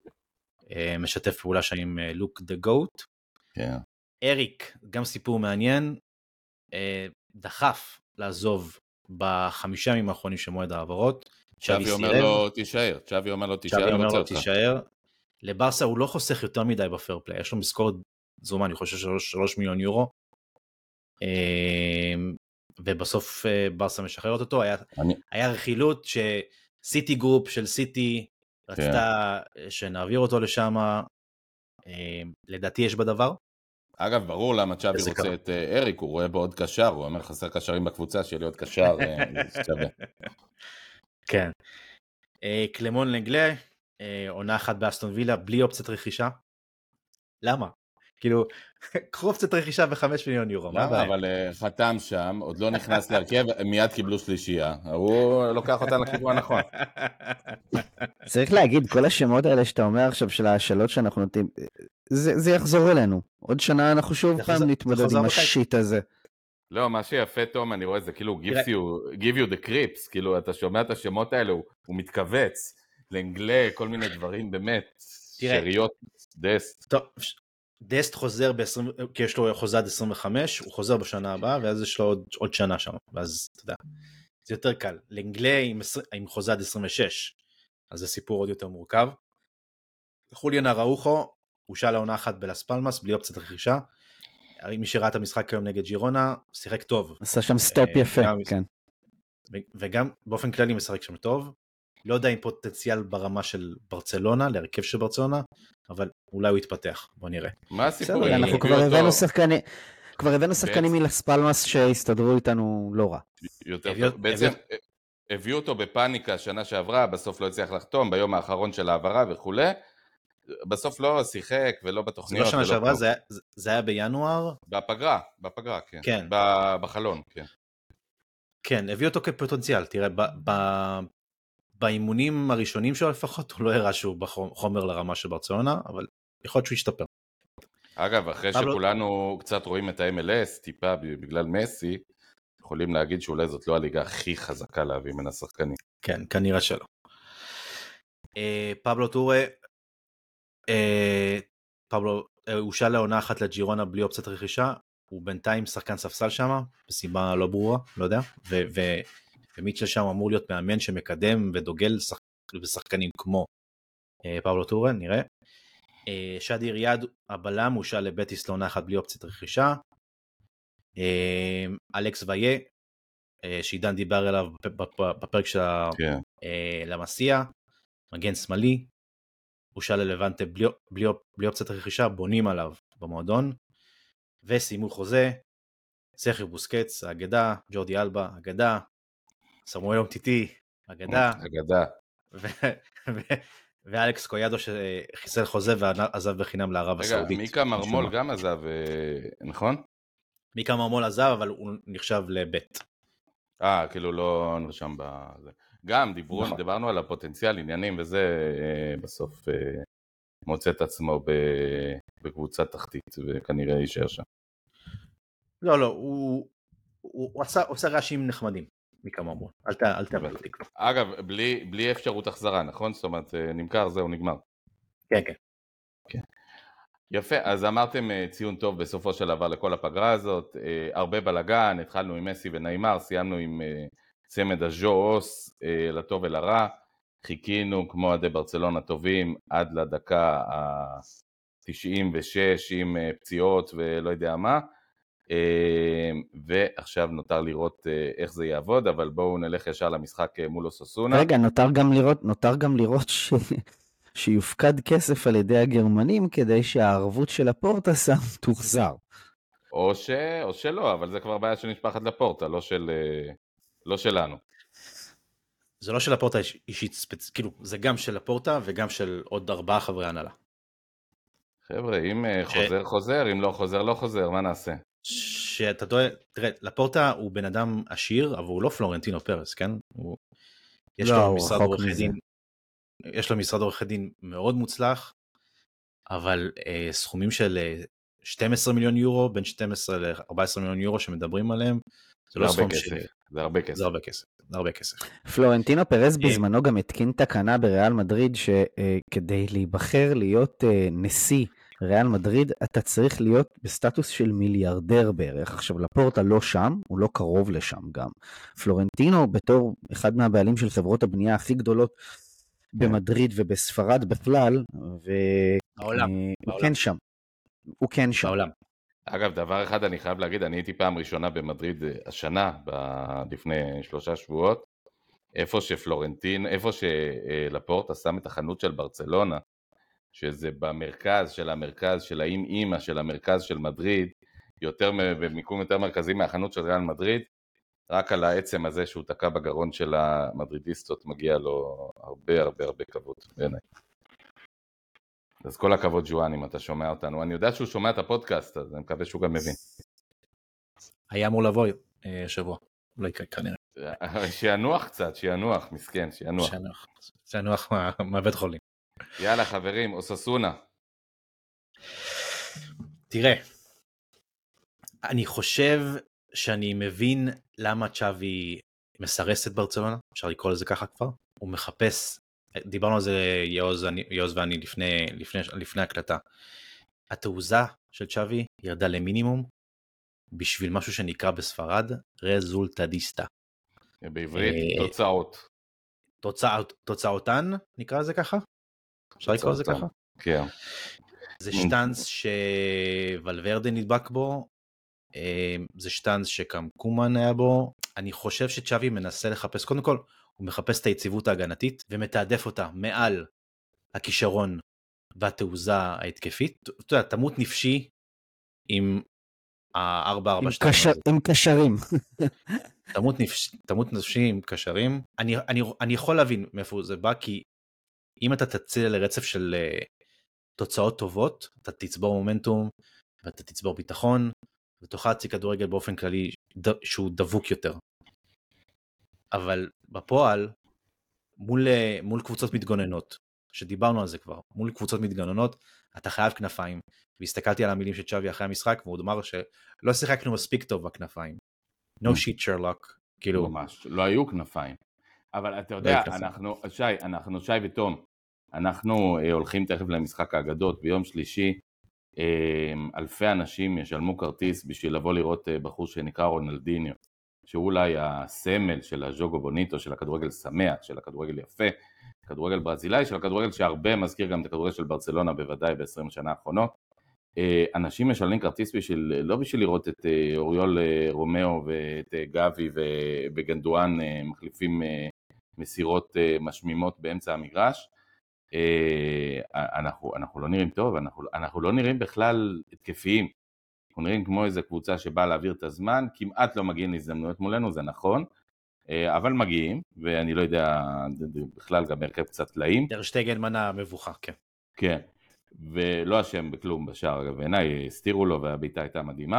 משתף פעולה שם עם לוק דה גוט. אריק, גם סיפור מעניין, דחף לעזוב בחמישה ימים האחרונים של מועד העברות. צ'אבי אומר לו תישאר, צ'אבי אומר לו תישאר, צ'אבי אומר לו תישאר. לברסה הוא לא חוסך יותר מדי בפייר פליי, יש לו משכורת זומה, אני חושב שלוש מיליון יורו, ובסוף ברסה משחררת אותו. היה, אני... היה רכילות שסיטי גרופ של סיטי רצתה כן. שנעביר אותו לשם, לדעתי יש בדבר. אגב, ברור למה צ'אבי רוצה קרה. את אריק, הוא רואה בו עוד קשר, הוא אומר חסר קשרים בקבוצה, שיהיה לי עוד קשר, שווה. כן. קלמון לנגלה, עונה אחת באסטון וילה, בלי אופציית רכישה. למה? כאילו, קחו אופציית רכישה בחמש מיליון יורו. למה? אבל חתם שם, עוד לא נכנס להרכב, מיד קיבלו שלישייה. הוא לוקח אותה לכיוון הנכון. צריך להגיד, כל השמות האלה שאתה אומר עכשיו, של השאלות שאנחנו נותנים, זה יחזור אלינו. עוד שנה אנחנו שוב פעם נתמודד עם השיט הזה. לא, מה שיפה, תום, אני רואה זה כאילו, give you the creeps, כאילו, אתה שומע את השמות האלה, הוא מתכווץ, לאנגלה, כל מיני דברים, באמת, שריות, דסט. טוב, דסט חוזר ב-עשרים, כי יש לו חוזה עד עשרים וחמש, הוא חוזר בשנה הבאה, ואז יש לו עוד, עוד שנה שם, ואז, אתה יודע, זה יותר קל. לאנגלה עם, עם חוזה עד עשרים ושש, אז זה סיפור עוד יותר מורכב. חוליאן אראוחו, הוא שאל לעונה אחת בלס פלמאס, בלי אופציית רכישה, מי שראה את המשחק היום נגד ג'ירונה, שיחק טוב. עשה שם סטופ יפה, כן. וגם באופן כללי משחק שם טוב, לא יודע אם פוטנציאל ברמה של ברצלונה, להרכב של ברצלונה, אבל אולי הוא יתפתח, בוא נראה. מה הסיפור? אנחנו כבר הבאנו שחקנים, כבר הבאנו שחקנים מלס פלמאס שהסתדרו איתנו לא רע. בעצם הביאו אותו בפאניקה שנה שעברה, בסוף לא הצליח לחתום, ביום האחרון של העברה וכו'. בסוף לא שיחק ולא בתוכניות. זה לא שנה שעברה, זה היה בינואר? בפגרה, בפגרה, כן. כן. בחלון, כן. כן, הביא אותו כפוטנציאל, תראה, באימונים הראשונים שלו לפחות, הוא לא הראה שהוא בחומר לרמה של ברצלונה, אבל יכול להיות שהוא ישתפר. אגב, אחרי שכולנו קצת רואים את ה-אם אל אס, טיפה בגלל מסי, יכולים להגיד שאולי זאת לא הליגה הכי חזקה להביא מן השחקנים. כן, כנראה שלא. פבלו טורה, פבלו, הוא שאל לעונה אחת לג'ירונה בלי אופציית רכישה, הוא בינתיים שחקן ספסל שם, בסיבה לא ברורה, לא יודע, ומיטשל שם אמור להיות מאמן שמקדם ודוגל בשחקנים כמו פבלו טורה, נראה. שדי ריאד, הבלם, הוא שאל לבטיס לעונה אחת בלי אופציית רכישה. אלכס ויה, שעידן דיבר אליו בפרק של למסיע, מגן שמאלי, הוא שאל ללבנטה בלי, בלי, בלי אופציית רכישה, בונים עליו במועדון, וסיימו חוזה, סרחיו בוסקץ, האגדה, ג'ורדי אלבה, אגדה, סמואל אומטיטי, אגדה, אגדה, ואלכס קויאדו שחיסל חוזה ועזב בחינם לערב הסעודית. רגע, מיקה מרמול גם עזב, נכון? מיקה מרמול עזב, אבל הוא נחשב לבית. אה, כאילו לא נרשם בזה. גם דיברו, נכון. דיברנו על הפוטנציאל, עניינים וזה, בסוף מוצא את עצמו בקבוצה תחתית, וכנראה יישאר שם. לא, לא, הוא, הוא, הוא עשה, עושה רעשים נחמדים, מיקה מרמול. אל, אל תעמד אותי. אגב, בלי, בלי אפשרות החזרה, נכון? זאת אומרת, נמכר, זהו, נגמר. כן, כן. כן. יפה, אז אמרתם ציון טוב בסופו של דבר לכל הפגרה הזאת, הרבה בלגן, התחלנו עם מסי וניימר, סיימנו עם צמד הז'ו-אוס, לטוב ולרע, חיכינו כמו עדי ברצלונה טובים עד לדקה ה-תשעים ושש עם פציעות ולא יודע מה, ועכשיו נותר לראות איך זה יעבוד, אבל בואו נלך ישר למשחק מול אוססונה. רגע, נותר גם לראות, נותר גם לראות ש... שיופקד כסף על ידי הגרמנים כדי שהערבות של הפורטה שם תוחזר. או ש... או שלא, אבל זה כבר בעיה של משפחת לפורטה, לא של... לא שלנו. זה לא של הפורטה אישית ספציפית, כאילו, זה גם של הפורטה וגם של עוד ארבעה חברי הנהלה. חבר'ה, אם חוזר חוזר, אם לא חוזר לא חוזר, מה נעשה? שאתה תראה, תראה, לפורטה הוא בן אדם עשיר, אבל הוא לא פלורנטינו פרס, כן? הוא... יש לא, לו משרד עורכי דין, יש לו משרד עורכי דין מאוד מוצלח, אבל אה, סכומים של שנים עשר מיליון יורו, בין שנים עשר ל-ארבעה עשר מיליון יורו שמדברים עליהם, זה לא סכום של... זה הרבה כסף. זה הרבה כסף. זה הרבה כסף. פלורנטינו פרס בזמנו גם התקין תקנה בריאל מדריד, שכדי להיבחר להיות נשיא ריאל מדריד, אתה צריך להיות בסטטוס של מיליארדר בערך. עכשיו, לפורטה לא שם, הוא לא קרוב לשם גם. פלורנטינו, בתור אחד מהבעלים של חברות הבנייה הכי גדולות במדריד ובספרד בכלל, בעולם, והוא בעולם. כן שם. הוא כן שם. בעולם. אגב, דבר אחד אני חייב להגיד, אני הייתי פעם ראשונה במדריד השנה, ב- לפני שלושה שבועות, איפה שפלורנטין, איפה שלפורטה שם את החנות של ברצלונה, שזה במרכז של המרכז של האם אימא של המרכז של מדריד, יותר במיקום יותר מרכזי מהחנות של ריאל מדריד, רק על העצם הזה שהוא תקע בגרון של המדרידיסטות, מגיע לו הרבה הרבה הרבה כבוד בעיניי. אז כל הכבוד ג'ואן אם אתה שומע אותנו, אני יודע שהוא שומע את הפודקאסט, אז אני מקווה שהוא גם מבין. היה אמור לבוא אה, שבוע, לא יקרה כנראה. שינוח קצת, שינוח, מסכן, שינוח. שינוח, שינוח מה- מהבית חולים. יאללה חברים, אוססונה. תראה, אני חושב שאני מבין למה צ'אבי מסרס את ברצלונה, אפשר לקרוא לזה ככה כבר, הוא מחפש, דיברנו על זה יעוז, אני- יעוז ואני לפני, לפני, לפני הקלטה, התעוזה של צ'אבי ירדה למינימום, בשביל משהו שנקרא בספרד, רזולטדיסטה. בעברית, אה, תוצאות. תוצאות, תוצאותן, נקרא לזה ככה? אפשר לקרוא לזה תוצאותן. ככה? כן. זה שטנץ שוולברדה נדבק בו, אה, זה שטנץ שגם קומן היה בו. אני חושב שצ'אבי מנסה לחפש, קודם כל, הוא מחפש את היציבות ההגנתית, ומתעדף אותה מעל הכישרון והתעוזה ההתקפית. אתה יודע, תמות נפשי עם ה-ארבע ארבע שתיים הזה. עם קשרים. תמות נפשי, תמות נפשי עם קשרים. אני, אני, אני יכול להבין מאיפה זה בא, כי אם אתה תציע לרצף של uh, תוצאות טובות, אתה תצבור מומנטום, ואתה תצבור ביטחון, ותוכל להציג כדורגל באופן כללי ד, שהוא דבוק יותר. אבל בפועל, מול, מול קבוצות מתגוננות, שדיברנו על זה כבר, מול קבוצות מתגוננות, אתה חייב כנפיים. והסתכלתי על המילים של צ'אבי אחרי המשחק, והוא אמר שלא שיחקנו מספיק טוב בכנפיים. No shit Sherlock, כאילו. ממש, לא היו כנפיים. אבל אתה יודע, אנחנו, שי, אנחנו, שי ותום, אנחנו אה, הולכים תכף למשחק האגדות ביום שלישי, אה, אלפי אנשים ישלמו כרטיס בשביל לבוא לראות אה, בחור שנקרא רונלדיניו, שהוא אולי הסמל של הז'וגו בוניטו, של הכדורגל שמח, של הכדורגל יפה, כדורגל ברזילאי, של הכדורגל שהרבה מזכיר גם את הכדורגל של ברצלונה בוודאי ב-עשרים שנה האחרונות. אנשים משלמים כרטיס בשביל, לא בשביל לראות את אוריול רומאו ואת גבי ובגנדואן מחליפים מסירות משמימות באמצע המגרש. אנחנו, אנחנו לא נראים טוב, אנחנו, אנחנו לא נראים בכלל התקפיים. אנחנו נראים כמו איזו קבוצה שבאה להעביר את הזמן, כמעט לא מגיעים להזדמנויות מולנו, זה נכון, אבל מגיעים, ואני לא יודע, בכלל גם הרכב קצת טלאים. טר שטגן מנה מבוכה, כן. כן. ולא אשם בכלום בשער, אגב, בעיניי הסתירו לו והביתה הייתה מדהימה,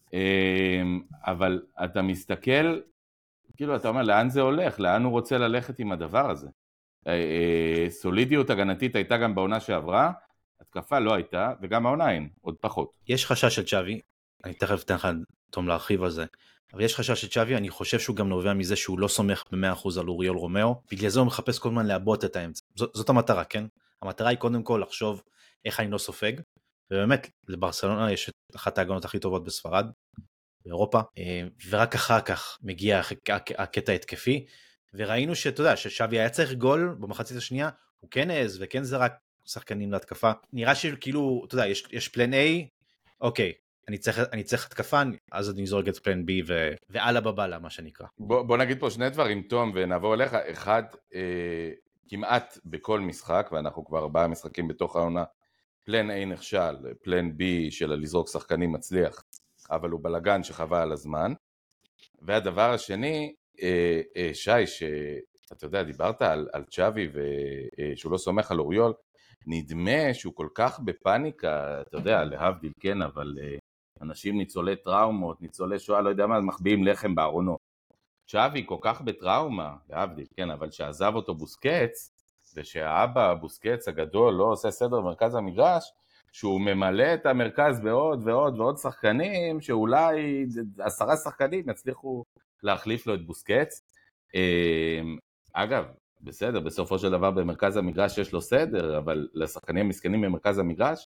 אבל אתה מסתכל, כאילו אתה אומר לאן זה הולך, לאן הוא רוצה ללכת עם הדבר הזה. סולידיות הגנתית הייתה גם בעונה שעברה, התקפה לא הייתה, וגם העונה אין, עוד פחות. יש חשש של צ'אבי, אני תכף אתן לך תום להרחיב על זה, אבל יש חשש של צ'אבי, אני חושב שהוא גם נובע מזה שהוא לא סומך ב-מאה אחוז על אוריול רומאו, בגלל זה הוא מחפש כל הזמן לעבות את האמצע. זאת, זאת המטרה, כן? המטרה היא קודם כל לחשוב איך אני לא סופג, ובאמת לברצלונה יש את אחת ההגנות הכי טובות בספרד, באירופה, ורק אחר כך מגיע הקטע התקפי, וראינו שאתה יודע, ששאבי היה צריך גול במחצית השנייה, הוא כן העז וכן זרק שחקנים להתקפה, נראה שכאילו, אתה יודע, יש, יש פלן A, אוקיי, אני צריך, אני צריך התקפה, אז אני זורק את פלן B ו, ועלה בבלה, מה שנקרא. בוא, בוא נגיד פה שני דברים, תום, ונעבור אליך. אחד, אה, כמעט בכל משחק, ואנחנו כבר ארבעה משחקים בתוך העונה, פלן A נכשל, פלן B של לזרוק שחקנים מצליח, אבל הוא בלגן שחווה על הזמן. והדבר השני, אה, אה, שי, שאתה יודע, דיברת על, על צ'אבי ושהוא לא סומך על אוריול, נדמה שהוא כל כך בפאניקה, אתה יודע, להבדיל כן, אבל אה, אנשים ניצולי טראומות, ניצולי שואה, לא יודע מה, מחביאים לחם בארונות. צ'אבי כל כך בטראומה, להבדיל, כן, אבל שעזב אותו בוסקץ, ושהאבא בוסקץ הגדול לא עושה סדר במרכז המגרש, שהוא ממלא את המרכז בעוד ועוד ועוד שחקנים, שאולי עשרה שחקנים יצליחו להחליף לו את בוסקץ. אגב, בסדר, בסופו של דבר במרכז המגרש יש לו סדר, אבל לשחקנים המסכנים במרכז המגרש,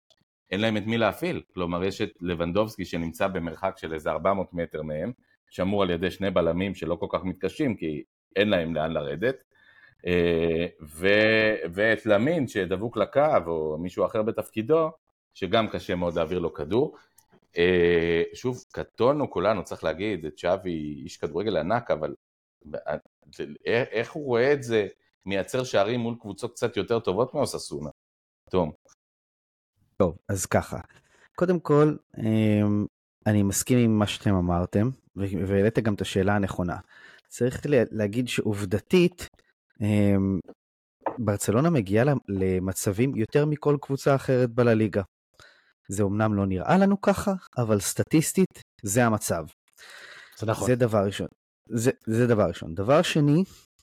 אין להם את מי להפעיל, כלומר יש את לבנדובסקי שנמצא במרחק של איזה ארבע מאות מטר מהם, שמור על ידי שני בלמים שלא כל כך מתקשים, כי אין להם לאן לרדת, ו... ואת למין שדבוק לקו, או מישהו אחר בתפקידו, שגם קשה מאוד להעביר לו כדור. שוב, קטונו כולנו, צריך להגיד, צ'אבי איש כדורגל ענק, אבל איך הוא רואה את זה, מייצר שערים מול קבוצות קצת יותר טובות מאוססונה? תום. טוב, אז ככה. קודם כל, אני מסכים עם מה שאתם אמרתם, והעלית גם את השאלה הנכונה. צריך להגיד שעובדתית, ברצלונה מגיעה למצבים יותר מכל קבוצה אחרת בליגה. זה אומנם לא נראה לנו ככה, אבל סטטיסטית זה המצב. זה נכון. זה דבר ראשון. זה, זה דבר ראשון. דבר שני,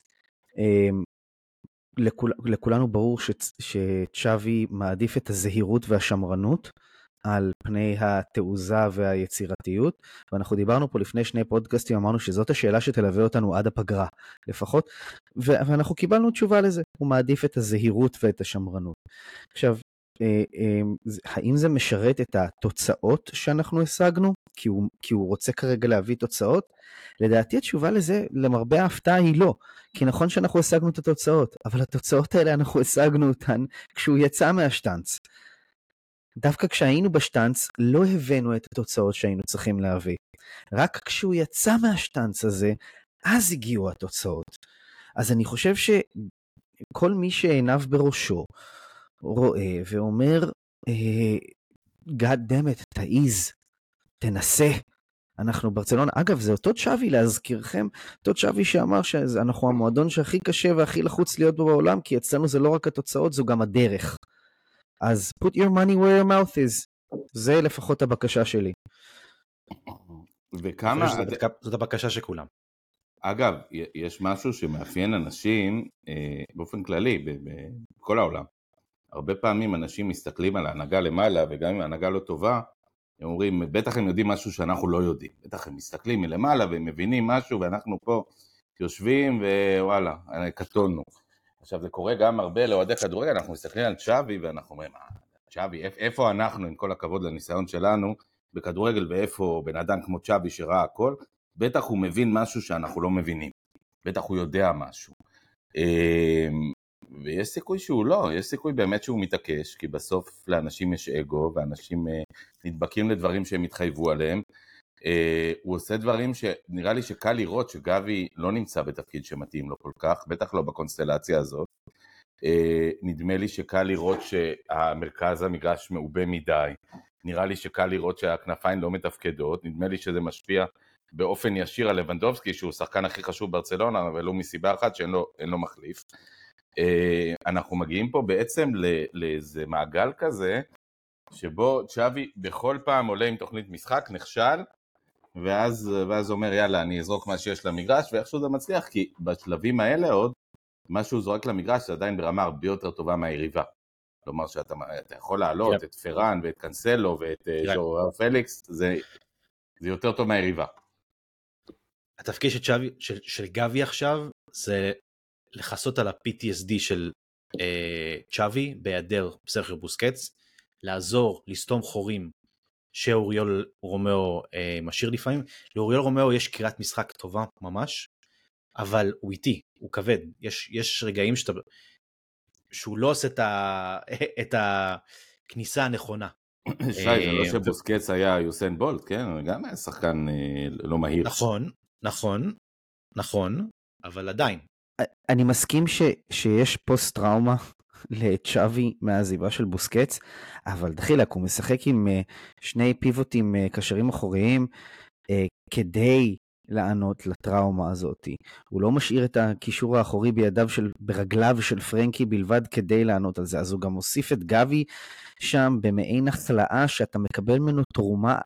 לכול, לכולנו ברור ש, שצ'אבי מעדיף את הזהירות והשמרנות על פני התעוזה והיצירתיות, ואנחנו דיברנו פה לפני שני פודקאסטים, אמרנו שזאת השאלה שתלווה אותנו עד הפגרה, לפחות, ו- ואנחנו קיבלנו תשובה לזה, הוא מעדיף את הזהירות ואת השמרנות. עכשיו, האם זה משרת את התוצאות שאנחנו השגנו, כי הוא, כי הוא רוצה כרגע להביא תוצאות? לדעתי התשובה לזה, למרבה ההפתעה, היא לא, כי נכון שאנחנו השגנו את התוצאות, אבל התוצאות האלה אנחנו השגנו אותן כשהוא יצא מהשטנץ. דווקא כשהיינו בשטנץ, לא הבאנו את התוצאות שהיינו צריכים להביא. רק כשהוא יצא מהשטנץ הזה, אז הגיעו התוצאות. אז אני חושב שכל מי שעיניו בראשו, רואה ואומר, God damn it, תעיז, תנסה. אנחנו ברצלונה, אגב, זה אותו צ'אבי להזכירכם, אותו צ'אבי שאמר שאנחנו המועדון שהכי קשה והכי לחוץ להיות בו בעולם, כי אצלנו זה לא רק התוצאות, זו גם הדרך. אז put your money where your mouth is. זה לפחות הבקשה שלי. וכמה... זאת הבקשה שכולם. אגב, יש משהו שמאפיין אנשים באופן כללי, בכל העולם. הרבה פעמים אנשים מסתכלים על ההנהגה למעלה, וגם אם ההנהגה לא טובה, הם אומרים, בטח הם יודעים משהו שאנחנו לא יודעים. בטח הם מסתכלים מלמעלה והם מבינים משהו, ואנחנו פה יושבים ווואלה, קטונו. עכשיו זה קורה גם הרבה לאוהדי כדורגל, אנחנו מסתכלים על צ'אבי ואנחנו אומרים, צ'אבי, איפה אנחנו עם כל הכבוד לניסיון שלנו בכדורגל, ואיפה בן אדם כמו צ'אבי שראה הכל, בטח הוא מבין משהו שאנחנו לא מבינים, בטח הוא יודע משהו. ויש סיכוי שהוא לא, יש סיכוי באמת שהוא מתעקש, כי בסוף לאנשים יש אגו, ואנשים נדבקים לדברים שהם התחייבו עליהם. הוא עושה דברים שנראה לי שקל לראות שגבי לא נמצא בתפקיד שמתאים לו כל כך, בטח לא בקונסטלציה הזאת. נדמה לי שקל לראות שהמרכז המגרש מעובה מדי, נראה לי שקל לראות שהכנפיים לא מתפקדות, נדמה לי שזה משפיע באופן ישיר על לבנדובסקי, שהוא שחקן הכי חשוב ברצלונה, אבל הוא מסיבה אחת שאין לו, אין לו מחליף. אנחנו מגיעים פה בעצם לאיזה מעגל כזה, שבו צ'אבי בכל פעם עולה עם תוכנית משחק, נכשל, ואז, ואז אומר, יאללה, אני אזרוק מה שיש למגרש, ואיכשהו זה מצליח, כי בשלבים האלה עוד, מה שהוא זורק למגרש, זה עדיין ברמה הרבה יותר טובה מהיריבה. כלומר, שאתה אתה יכול לעלות yep. את פרן, ואת קנסלו, ואת yep. ז'ואר פליקס, זה, זה יותר טוב מהיריבה. התפקיד של, צ'אבי, של, של גבי עכשיו, זה לחסות על ה-פי טי אס די של אה, צ'אבי, בהיעדר סרחיו בוסקץ, לעזור, לסתום חורים, שאוריול רומאו אה, משאיר לפעמים. לאוריול רומאו יש קריאת משחק טובה ממש, אבל הוא איטי, הוא כבד. יש, יש רגעים שאתה, שהוא לא עושה את, ה, את הכניסה הנכונה. שי, זה לא שבוסקץ היה יוסן בולט, כן? הוא גם היה שחקן לא מהיר. נכון, נכון, נכון, אבל עדיין. אני מסכים ש, שיש פוסט טראומה לצ'אבי מהעזיבה של בוסקץ, אבל דחילק, הוא משחק עם שני פיבוטים קשרים אחוריים כדי לענות לטראומה הזאת. הוא לא משאיר את הקישור האחורי בידיו של, ברגליו של פרנקי בלבד כדי לענות על זה, אז הוא גם מוסיף את גבי שם במעין החלאה שאתה מקבל ממנו תרומה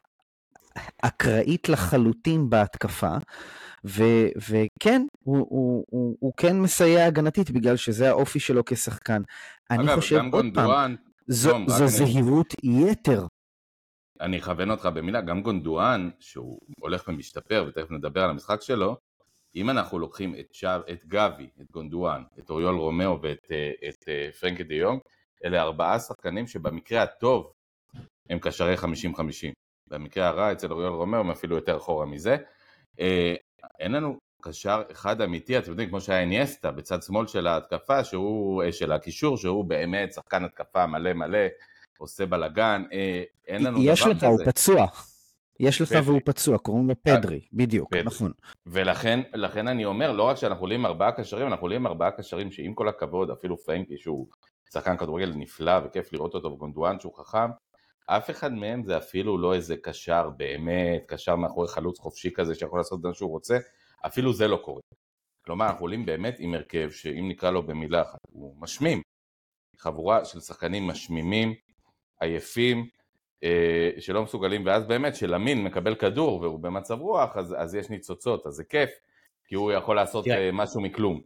אקראית לחלוטין בהתקפה, ו- וכן, הוא, הוא, הוא, הוא כן מסייע הגנתית בגלל שזה האופי שלו כשחקן. אני אגב, חושב עוד גונדואן, פעם, זו, תום, זו זהירות אני... יתר. אני אכוון אותך במילה, גם גונדואן, שהוא הולך ומשתפר, ותכף נדבר על המשחק שלו, אם אנחנו לוקחים את, שב, את גבי, את גונדואן, את אוריול רומאו ואת את, את פרנקי דה יונג, אלה ארבעה שחקנים שבמקרה הטוב הם קשרי חמישים חמישים. במקרה הרע, אצל אוריול רומאו, הם אפילו יותר אחורה מזה. אה, אין לנו קשר אחד אמיתי, אתם יודעים, כמו שהיה אינייסטה, בצד שמאל של ההתקפה, שהוא, של הקישור, שהוא באמת שחקן התקפה מלא מלא, עושה בלגן, אה, אין לנו דבר יש כזה. לך, הוא פצוע. יש לך פדרי. והוא פצוע, קוראים לו פדרי, בדיוק, פדרי. נכון. ולכן לכן אני אומר, לא רק שאנחנו עולים ארבעה קשרים, אנחנו עולים ארבעה קשרים שעם כל הכבוד, אפילו פרנקי שהוא שחקן כדורגל נפלא וכיף לראות אותו, וגונדואן שהוא חכם, אף אחד מהם זה אפילו לא איזה קשר באמת, קשר מאחורי חלוץ חופשי כזה שיכול לעשות מה שהוא רוצה, אפילו זה לא קורה. כלומר, אנחנו עולים באמת עם הרכב שאם נקרא לו במילה אחת, הוא משמים. חבורה של שחקנים משמימים, עייפים, שלא מסוגלים, ואז באמת שלמין מקבל כדור והוא במצב רוח, אז, אז יש ניצוצות, אז זה כיף, כי הוא יכול לעשות yeah. משהו מכלום.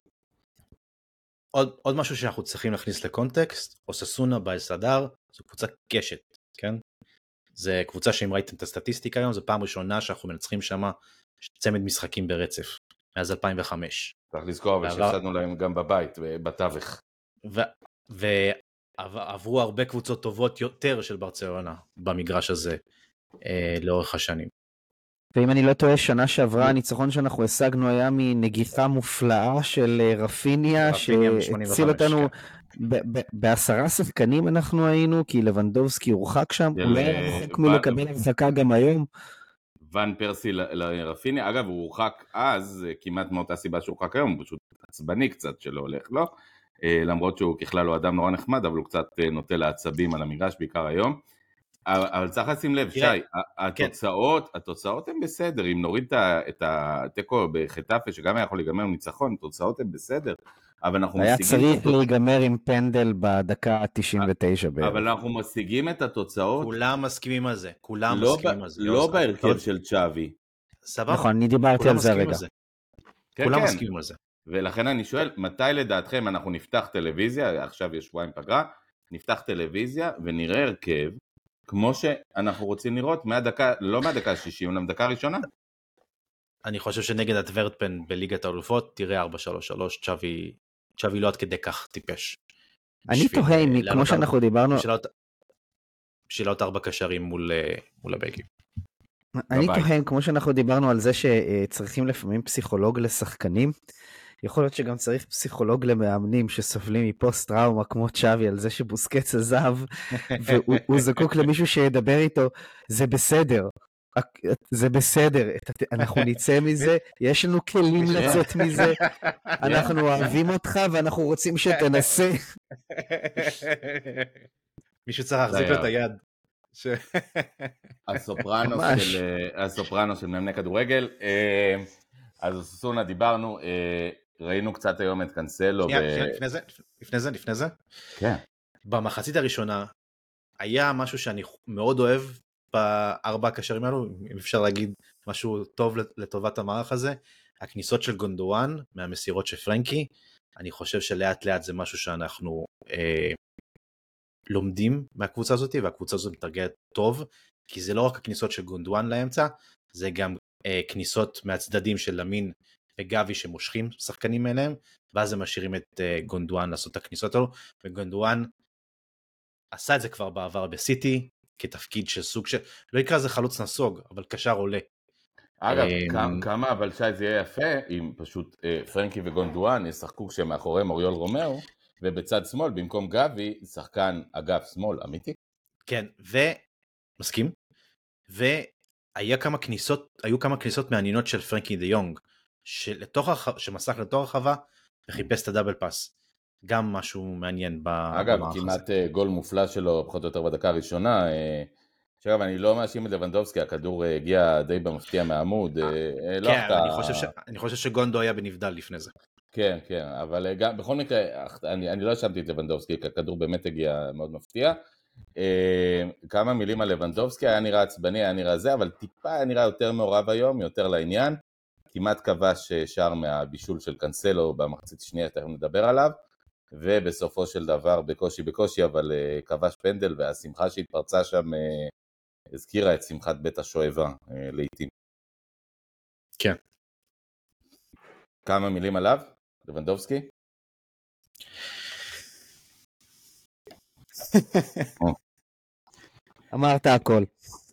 עוד, עוד משהו שאנחנו צריכים להכניס לקונטקסט, אוססונה באלסדר, זו קבוצה קשת, כן? זה קבוצה שאם ראיתם את הסטטיסטיקה היום, זו פעם ראשונה שאנחנו מנצחים שם צמד משחקים ברצף, מאז אלפיים וחמש. צריך לזכור, אבל ועבר... שהפסדנו להם גם בבית, בתווך. ו... ו... עברו הרבה קבוצות טובות יותר של ברצלונה במגרש הזה אה, לאורך השנים. ואם אני לא טועה, שנה שעברה הניצחון שאנחנו השגנו היה מנגיחה מופלאה של רפיניה, שהציל אותנו בעשרה שחקנים אנחנו היינו, כי לבנדובסקי הורחק שם, הוא לא רחוק מלקבל הרחקה גם היום. ון פרסי לרפיניה, אגב הוא הורחק אז, כמעט מאותה סיבה שהוא הורחק היום, הוא פשוט עצבני קצת שלא הולך לו, למרות שהוא ככלל הוא אדם נורא נחמד, אבל הוא קצת נוטה לעצבים על המגרש, בעיקר היום. אבל צריך לשים לב, שי, התוצאות, התוצאות הן בסדר, אם נוריד את הטקו בחטאפה, שגם היה יכול להיגמר ניצחון, התוצאות הן בסדר, אבל אנחנו היה משיגים... היה צריך להיגמר עם פנדל בדקה ה-תשעים ותשע בערך. אבל אנחנו משיגים את התוצאות... כולם מסכימים על זה, כולם מסכימים על זה. לא בהרכב של צ'אבי. סבבה. נכון, אני דיברתי על זה רגע. כולם מסכימים על זה. ולכן אני שואל, מתי לדעתכם אנחנו נפתח טלוויזיה, עכשיו יש שבועיים פגרה, נפתח טלוויזיה ונראה הרכב, כמו שאנחנו רוצים לראות, מהדקה, לא מהדקה ה-שישים, אלא מהדקה הראשונה. אני חושב שנגד הטוורטפן בליגת האלופות, תראה ארבע שלוש שלוש, צ'אבי, צ'אבי לא עד כדי כך טיפש. אני תוהה, כמו שאנחנו דיברנו... בשביל עוד ארבע קשרים מול, מול הבלגים. אני תוהה, כמו שאנחנו דיברנו על זה שצריכים לפעמים פסיכולוג לשחקנים, יכול להיות שגם צריך פסיכולוג למאמנים שסובלים מפוסט טראומה כמו צ'אבי על זה שבוסקץ עזב, והוא זקוק למישהו שידבר איתו, זה בסדר, זה בסדר, אנחנו נצא מזה, יש לנו כלים לצאת מזה, אנחנו אוהבים אותך ואנחנו רוצים שתנסה. מישהו צריך להחזיק לו את היד. הסופרנו של מאמני כדורגל, אז אוססונה דיברנו, ראינו קצת היום את קנסלו. לפני זה, לפני זה, לפני זה. כן. במחצית הראשונה, היה משהו שאני מאוד אוהב בארבע הקשרים האלו, אם אפשר להגיד משהו טוב לטובת המערך הזה, הכניסות של גונדואן מהמסירות של פרנקי, אני חושב שלאט לאט זה משהו שאנחנו אה, לומדים מהקבוצה הזאת, והקבוצה הזאת מתרגלת טוב, כי זה לא רק הכניסות של גונדואן לאמצע, זה גם אה, כניסות מהצדדים של למין וגבי שמושכים שחקנים אליהם, ואז הם משאירים את אה, גונדואן לעשות את הכניסות האלו, וגונדואן עשה את זה כבר בעבר בסיטי, כתפקיד של סוג של, לא יקרא זה חלוץ נסוג, אבל קשר עולה. אגב, כמה אבל שי זה יהיה יפה, אם פשוט פרנקי וגונדואן ישחקו כשמאחוריהם אוריול רומאו, ובצד שמאל, במקום גבי, שחקן אגף שמאל, אמיתי? כן, ומסכים, והיה כמה כניסות, היו כמה כניסות מעניינות של פרנקי דה יונג, שמסך לתוך הרחבה, וחיפש את הדאבל פאס. גם משהו מעניין במערך הזה. אגב, כמעט גול מופלא שלו, פחות או יותר בדקה הראשונה. עכשיו, אני לא מאשים את לבנדובסקי, הכדור הגיע די במפתיע מהעמוד. כן, אני חושב שגונדו היה בנבדל לפני זה. כן, כן, אבל בכל מקרה, אני לא האשמתי את לבנדובסקי, כי הכדור באמת הגיע מאוד מפתיע. כמה מילים על לבנדובסקי, היה נראה עצבני, היה נראה זה, אבל טיפה היה נראה יותר מעורב היום, יותר לעניין. כמעט כבש שער מהבישול של קנסלו במחצית השנייה, תכף נדבר עליו. ובסופו של דבר בקושי בקושי, אבל uh, כבש פנדל, והשמחה שהתפרצה שם uh, הזכירה את שמחת בית השואבה uh, לעתים. כן. כמה מילים עליו, לבנדובסקי? אמרת הכל.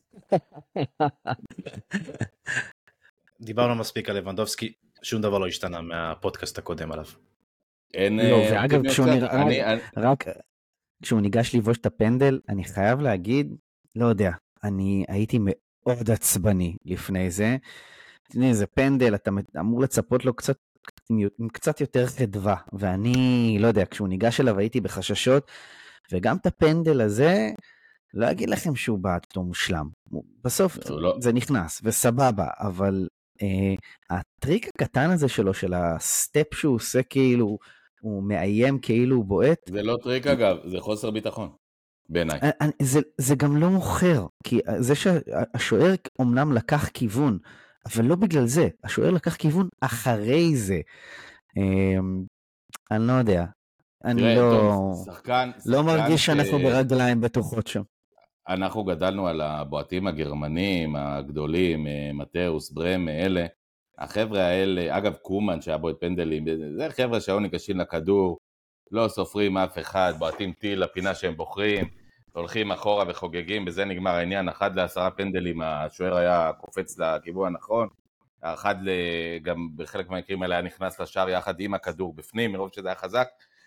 דיברנו מספיק על לבנדובסקי, שום דבר לא השתנה מהפודקאסט הקודם עליו. אין לא, אה, ואגב, אופטימיות כשהוא כאן? נראה, אני- אני- רק כשהוא ניגש לבוש את הפנדל, אני חייב להגיד, לא יודע, אני הייתי מאוד עצבני לפני זה. תראי, זה פנדל, אתה אמור לצפות לו קצת, עם, עם קצת יותר חדווה, ואני, לא יודע, כשהוא ניגש אליו הייתי בחששות, וגם את הפנדל הזה, לא אגיד לכם שהוא בעט אותו מושלם. בסוף הוא לא- זה נכנס, וסבבה, אבל אה, הטריק הקטן הזה שלו, של הסטפ שהוא עושה כאילו, הוא מאיים כאילו הוא בועט, זה לא טריק אגב, זה חוסר ביטחון, בעיניי. אני- זה, זה גם לא מוכר, כי זה שהשוער אומנם לקח כיוון, אבל לא בגלל זה, השוער לקח כיוון אחרי זה. אמ, אני לא יודע, אני תראה, לא, טוב, שחקן, לא שחקן מרגיש ש- שאנחנו ברגליים בטוחות שם. אנחנו גדלנו על הבועטים הגרמנים הגדולים, מתאוס, ברם, אלה. החבר'ה האלה, אגב קומן שהיה בועט פנדלים, זה חבר'ה שהיו ניגשים לכדור, לא סופרים אף אחד, בועטים טיל לפינה שהם בוחרים, הולכים אחורה וחוגגים, בזה נגמר העניין, אחד לעשרה פנדלים, השוער היה קופץ לכיוון הנכון, אחד גם בחלק מהמקרים האלה היה נכנס לשער יחד עם הכדור בפנים, מרוב שזה היה חזק.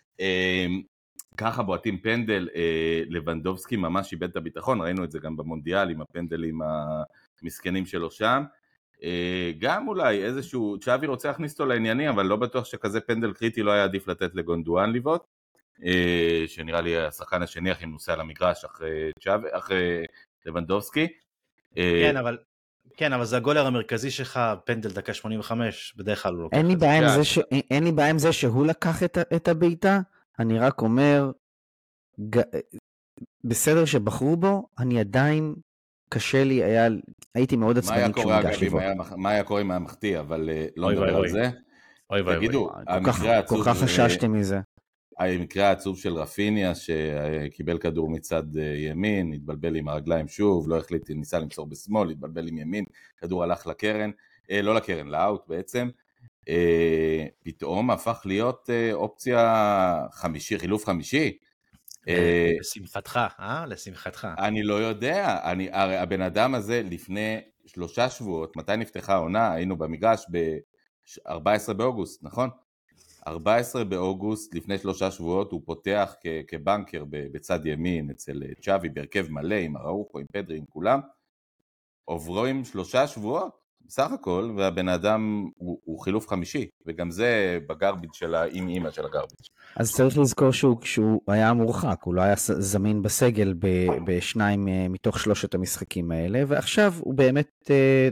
ככה בועטים פנדל, לבנדובסקי ממש איבד את הביטחון, ראינו את זה גם במונדיאל עם הפנדלים המסכנים שלו שם. גם אולי איזשהו, צ'אבי רוצה להכניס אותו לעניינים, אבל לא בטוח שכזה פנדל קריטי לא היה עדיף לתת לגונדואן לבעוט, שנראה לי השחקן השני הכי מנוסה על המגרש אחרי צ'אבי, אחרי לבנדובסקי. כן, אבל כן, אבל זה הגולר המרכזי שלך, פנדל דקה שמונים וחמש, בדרך כלל הוא לוקח אין לי את זה. בעיה עם כן. זה ש- אין לי בעיה עם זה שהוא לקח את ה- את הביתה, אני רק אומר, ג- בסדר שבחרו בו, אני עדיין, קשה לי, היה, הייתי מאוד מה היה עצבני כשהוא קורה אגב, ניגש אם לבעוט. היה מח- מה היה קורה אם היה מחטיא, אבל אה, לא אוי נדבר ואי על אוי. זה. אוי ואי תגידו, אוי. כל כך- המקרה העצוב, כל כך אה, חששתי מזה. המקרה העצוב של רפיניה שקיבל כדור מצד ימין, התבלבל עם הרגליים שוב, לא החליט, ניסה למסור בשמאל, התבלבל עם ימין, כדור הלך לקרן, אה, לא לקרן, לאוט בעצם, אה, פתאום הפך להיות אה, אופציה חמישי, חילוף חמישי. אה, לשמחתך, אה? לשמחתך. אני לא יודע, אני, הרי הבן אדם הזה לפני שלושה שבועות, מתי נפתחה העונה, היינו במגרש ב-ארבעה עשר באוגוסט, נכון? ארבעה עשר באוגוסט, לפני שלושה שבועות, הוא פותח כ- כבנקר בצד ימין אצל צ'אבי, בהרכב מלא, עם אראוחו, עם פדרי, עם כולם. עוברים שלושה שבועות, בסך הכל, והבן אדם הוא, הוא חילוף חמישי, וגם זה בגרביץ' של האם אימא של הגרביץ'. אז צריך לזכור שהוא, שהוא היה מורחק, הוא לא היה זמין בסגל ב, בשניים אה, מתוך שלושת המשחקים האלה, ועכשיו הוא באמת, אה,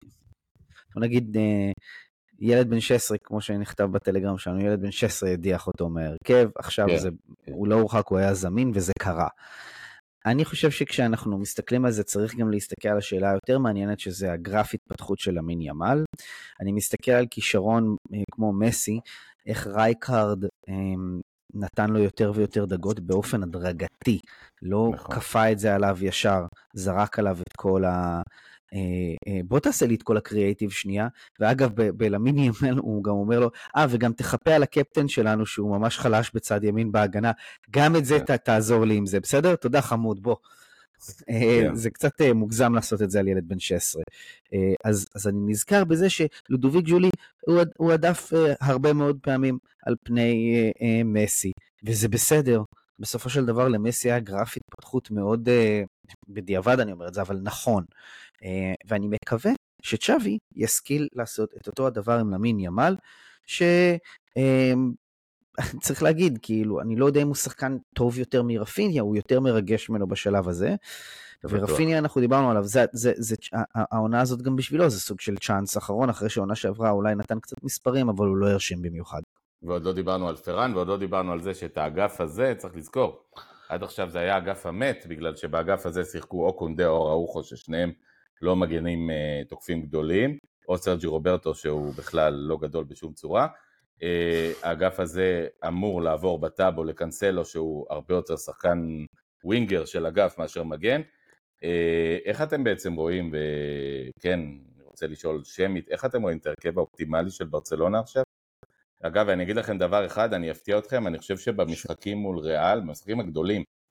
בוא נגיד, אה, ילד בן שש עשרה, כמו שנכתב בטלגרם שלנו, ילד בן שש עשרה הדיח אותו מהרכב, עכשיו כן, זה, כן. הוא לא הורחק, הוא היה זמין וזה קרה. אני חושב שכשאנחנו מסתכלים על זה, צריך גם להסתכל על השאלה היותר מעניינת, שזה הגרף התפתחות של אמין ימל. אני מסתכל על כישרון אה, כמו מסי, איך רייקארד אה, נתן לו יותר ויותר דגות באופן הדרגתי, לא נכון. כפה את זה עליו ישר, זרק עליו את כל ה... אה, אה, בוא תעשה לי את כל הקריאייטיב שנייה, ואגב בלמין ימל הוא גם אומר לו, אה וגם תחפה על הקפטן שלנו שהוא ממש חלש בצד ימין בהגנה, גם את זה כן. ת, תעזור לי עם זה, בסדר? תודה חמוד, בוא. אה, כן. זה קצת אה, מוגזם לעשות את זה על ילד בן שש עשרה. אה, אז, אז אני נזכר בזה שלודוביק ג'ולי הוא, הוא עדף אה, הרבה מאוד פעמים על פני אה, אה, מסי, וזה בסדר. בסופו של דבר למסי היה גרף התפתחות מאוד, אה, בדיעבד אני אומר את זה, אבל נכון. אה, ואני מקווה שצ'אבי ישכיל לעשות את אותו הדבר עם למין ימל, ש... אה, צריך להגיד, כאילו, אני לא יודע אם הוא שחקן טוב יותר מרפיניה, הוא יותר מרגש ממנו בשלב הזה, ורפיניה אנחנו דיברנו עליו, זה, זה, זה, העונה הזאת גם בשבילו, זה סוג של צ'אנס אחרון, אחרי שהעונה שעברה אולי נתן קצת מספרים, אבל הוא לא הרשים במיוחד. ועוד לא דיברנו על פרן, ועוד לא דיברנו על זה שאת האגף הזה צריך לזכור. עד עכשיו זה היה אגף המת, בגלל שבאגף הזה שיחקו או קונדה או ראוחו, ששניהם לא מגנים uh, תוקפים גדולים, או סרג'י רוברטו שהוא בכלל לא גדול בשום צורה. Uh, האגף הזה אמור לעבור בטאבו לקנסלו, שהוא הרבה יותר שחקן ווינגר של אגף מאשר מגן. Uh, איך אתם בעצם רואים, וכן, אני רוצה לשאול שמית, איך אתם רואים את ההרכב האופטימלי של ברצלונה עכשיו? אגב, אני אגיד לכם דבר אחד, אני אפתיע אתכם, אני חושב שבמשחקים מול ריאל, במשחקים הגדולים,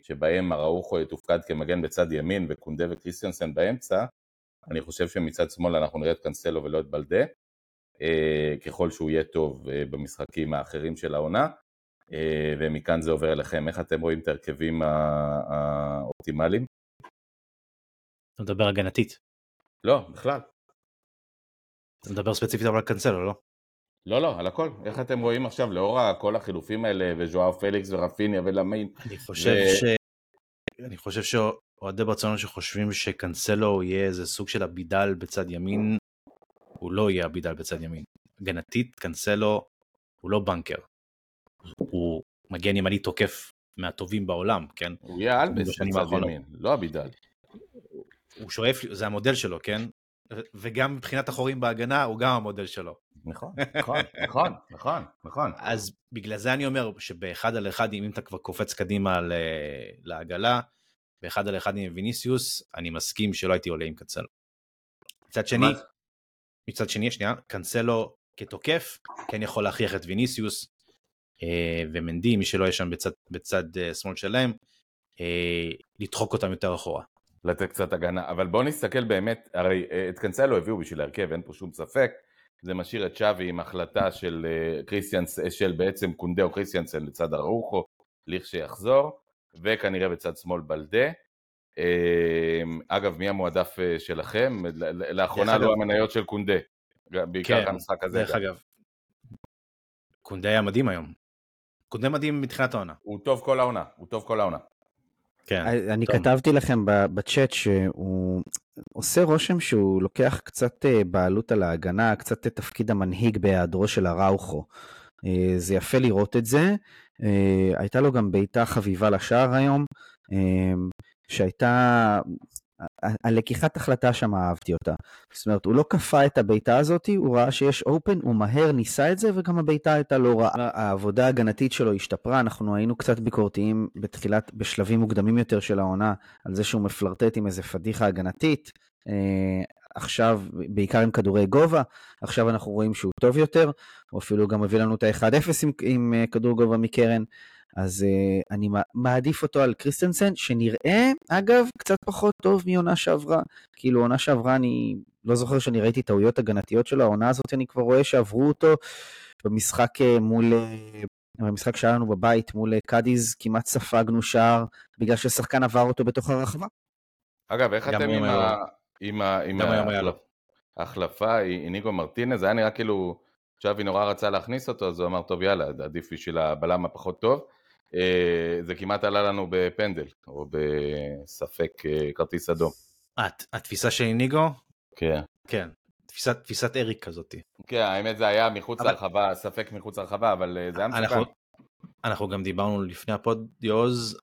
שבהם אראוחו יתופקד כמגן בצד ימין וקונדה וקריסטיאנסן באמצע, אני חושב שמצד שמאל אנחנו נראה את קנסלו ולא את בלדה, ככל שהוא יהיה טוב במשחקים האחרים של העונה, ומכאן זה עובר אליכם. איך אתם רואים את הרכבים האופטימליים? אתה מדבר הגנתית. לא, בכלל. אתה מדבר ספציפית על קנסלו, לא? לא, לא, על הכל. איך אתם רואים עכשיו, לאור כל החילופים האלה, וז'ואאו פליקס ורפיניה ולמין? אני חושב ו... ש... אני חושב שאוהדי ברצלונה שחושבים שקנסלו יהיה איזה סוג של אבידל בצד ימין, הוא לא יהיה אבידל בצד ימין. הגנתית, קנסלו הוא לא בנקר. הוא מגן ימני תוקף מהטובים בעולם, כן? הוא יהיה אלבס בצד ימין, לא אבידל. הוא שואף, זה המודל שלו, כן? וגם מבחינת החורים בהגנה, הוא גם המודל שלו. נכון, נכון, נכון, נכון, נכון. אז בגלל זה אני אומר שבאחד על אחד, אם אתה כבר קופץ קדימה לעגלה, באחד על אחד עם ויניסיוס, אני מסכים שלא הייתי עולה עם קנסלו. מצד שני, מצד שני, שנייה, קנסלו כתוקף, כן יכול להכריח את ויניסיוס ומנדי, מי שלא יהיה שם בצד, בצד שמאל שלהם, לדחוק אותם יותר אחורה. לתת קצת הגנה, אבל בואו נסתכל באמת, הרי את קנסלו הביאו בשביל להרכב, אין פה שום ספק, זה משאיר את שווי עם החלטה של קריסטיאנס, של בעצם קונדה או קריסטיאנסן לצד אראוחו, לכשיחזור, וכנראה בצד שמאל בלדה. אגב, מי המועדף שלכם? לאחרונה לא המניות של קונדה, בעיקר כן, המשחק הזה. דרך אגב, קונדה היה מדהים היום. קונדה מדהים מתחילת העונה. הוא טוב כל העונה, הוא טוב כל העונה. כן, אני טוב. כתבתי לכם בצ'אט שהוא עושה רושם שהוא לוקח קצת בעלות על ההגנה, קצת תפקיד המנהיג בהיעדרו של אראוחו. זה יפה לראות את זה. הייתה לו גם בעיטה חביבה לשער היום, שהייתה, הלקיחת החלטה שם אהבתי אותה. זאת אומרת, הוא לא קפה את הבעיטה הזאת, הוא ראה שיש אופן, הוא מהר ניסה את זה, וגם הבעיטה הייתה לא רעה. העבודה ההגנתית שלו השתפרה, אנחנו היינו קצת ביקורתיים בתחילת, בשלבים מוקדמים יותר של העונה, על זה שהוא מפלרטט עם איזה פדיחה הגנתית, עכשיו, בעיקר עם כדורי גובה, עכשיו אנחנו רואים שהוא טוב יותר, הוא אפילו גם מביא לנו את ה-אחד אפס עם, עם כדור גובה מקרן, אז uh, אני מעדיף אותו על קריסטנסן, שנראה, אגב, קצת פחות טוב מעונה שעברה. כאילו, עונה שעברה, אני לא זוכר שאני ראיתי טעויות הגנתיות שלו, העונה הזאת אני כבר רואה שעברו אותו במשחק מול, במשחק שלנו בבית, מול קאדיז, כמעט ספגנו שער, בגלל ששחקן עבר אותו בתוך הרחבה. אגב, איך אתם עם, ה... עם, ה... עם ה... ההחלפה, איניגו מרטינז, זה היה נראה כאילו, שווי נורא רצה להכניס אותו, אז הוא אמר, טוב, יאללה, עדיף בשביל הבלם הפחות טוב. זה כמעט עלה לנו בפנדל, או בספק כרטיס אדום. התפיסה של איניגו? כן. כן, תפיסת, תפיסת אריק כזאת. כן, האמת זה היה מחוץ אבל... להרחבה, ספק מחוץ להרחבה, אבל זה היה מסוכן. אנחנו, אנחנו גם דיברנו לפני הפוד יוז,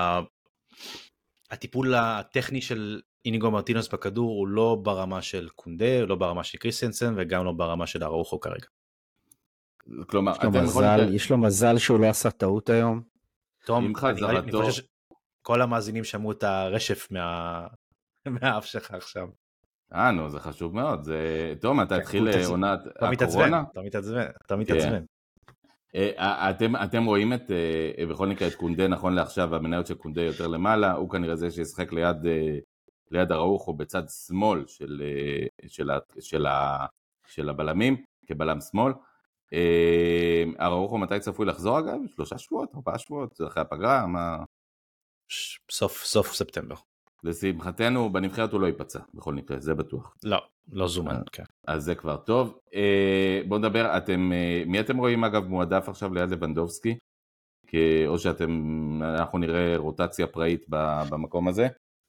הטיפול הטכני של איניגו מרטינס בכדור הוא לא ברמה של קונדה, לא ברמה של קריסטנסן, וגם לא ברמה של אראוחו כרגע. כלומר, יש לו, מזל, יכולים... יש לו מזל שהוא לא עשה טעות היום. תום, אני, אני חושב שכל המאזינים שמעו את הרשף מה... מהאף שלך עכשיו. אה, נו, זה חשוב מאוד. זה... תום, אתה התחיל עונת הקורונה? אתה מתעצבן, אתה מתעצבן. אתם, אתם רואים את, בכל נקרא את קונדה, נכון לעכשיו, המניות של קונדה יותר למעלה, הוא כנראה זה שישחק ליד, ליד אראוחו בצד שמאל של, של, של, של הבלמים, כבלם שמאל. אראוחו מתי צפוי לחזור אגב? שלושה שבועות, ארבעה שבועות, אחרי הפגרה, מה? סוף, סוף ספטמבר. לשמחתנו, בנבחרת הוא לא ייפצע, בכל נקרא, זה בטוח. לא, לא זומן, כן. אז זה כבר טוב. בואו נדבר, אתם, מי אתם רואים אגב מועדף עכשיו ליד לבנדובסקי? או שאתם, אנחנו נראה רוטציה פראית במקום הזה?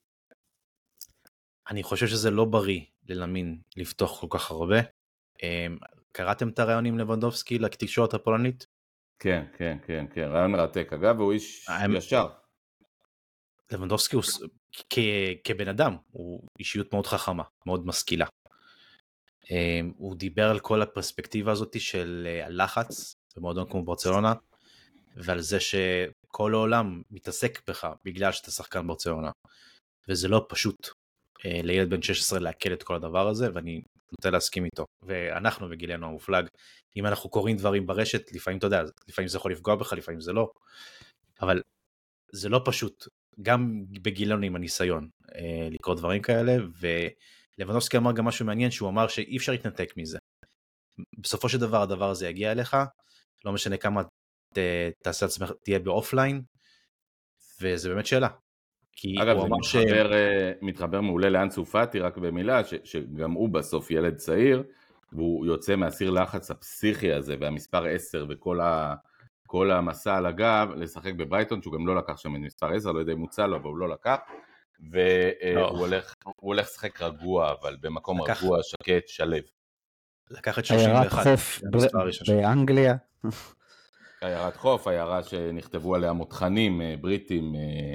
אני חושב שזה לא בריא ללמין לפתוח כל כך הרבה. קראתם את הרעיון עם לבנדובסקי לתקשורת הפולנית? כן, כן, כן, כן, רעיון מרתק. אגב, הוא איש ישר. לבנדובסקי הוא, כ- כבן אדם, הוא אישיות מאוד חכמה, מאוד משכילה. הוא דיבר על כל הפרספקטיבה הזאת של הלחץ במועדון כמו ברצלונה, ועל זה שכל העולם מתעסק בך בגלל שאתה שחקן ברצלונה. וזה לא פשוט לילד בן שש עשרה להקל את כל הדבר הזה, ואני נוטה להסכים איתו. ואנחנו בגילנו המופלג, אם אנחנו קוראים דברים ברשת, לפעמים אתה יודע, לפעמים זה יכול לפגוע בך, לפעמים זה לא. אבל זה לא פשוט גם בגילנו עם הניסיון לקרוא דברים כאלה, ולבנדובסקי אמר גם משהו מעניין, שהוא אמר שאי אפשר להתנתק מזה. בסופו של דבר הדבר הזה יגיע אליך, לא משנה כמה תעשה עצמך, תהיה באופליין, וזה באמת שאלה. אגב, זה מתחבר, ש... מתחבר מעולה לאנסו פאטי, רק במילה, ש... שגם הוא בסוף ילד צעיר, והוא יוצא מהסיר לחץ הפסיכי הזה, והמספר עשר, וכל ה... כל המסע על הגב, לשחק בברייטון, שהוא גם לא לקח שם מספר עשר, לא יודע אם מוצא לו, אבל הוא לא לקח, והוא הולך, הוא הולך לשחק רגוע, אבל במקום לקח... רגוע, שקט, שלב. לקח את שלושים ואחת. עיירת חוף באנגליה. עיירת חוף, עיירה שנכתבו עליה מותחנים, בריטים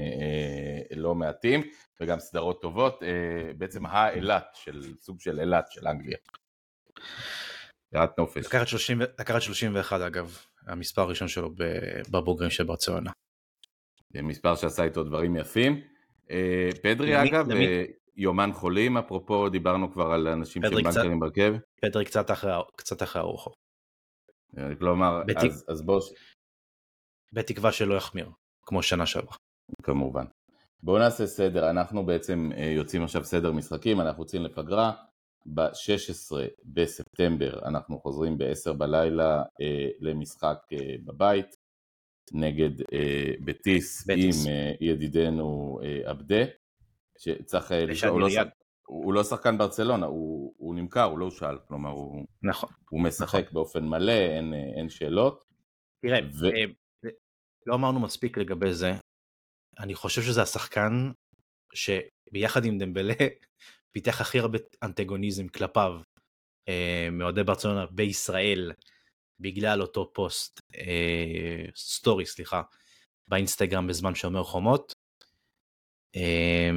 לא מעטים, וגם סדרות טובות, בעצם האילת, של סוג של אילת של אנגליה. עיירת נופש. לקח את שלושים ואחת אגב, המספר הראשון שלו בבוגרים של ברצלונה. מספר שעשה איתו דברים יפים. פדרי אגב, יומן חולים, אפרופו דיברנו כבר על אנשים שהם בנקרים ברכב. פדרי קצת אחרי הרוחו. כלומר, אז, אז בוא... בתקווה שלא יחמיר, כמו שנה שעברה. כמובן. בואו נעשה סדר, אנחנו בעצם יוצאים עכשיו סדר משחקים, אנחנו יוצאים לפגרה, ב-שישה עשר בספטמבר אנחנו חוזרים ב-עשר בלילה אה, למשחק אה, בבית, נגד אה, בטיס, בטיס עם אה, ידידנו אה, עבדה, שצריך, אה, הוא, לא שח... הוא לא שחקן ברצלונה, הוא, הוא נמכר, הוא לא הושאל, כלומר הוא, נכון. הוא משחק נכון. באופן מלא, אין, אין שאלות. תראה, ו... אה, לא אמרנו מספיק לגבי זה, אני חושב שזה השחקן שביחד עם דמבלה, פיתח הכי הרבה אנטגוניזם כלפיו אה, מאוהדי ברצלונה בישראל, בגלל אותו פוסט, אה, סטורי, סליחה, באינסטגרם בזמן שומר חומות, אה,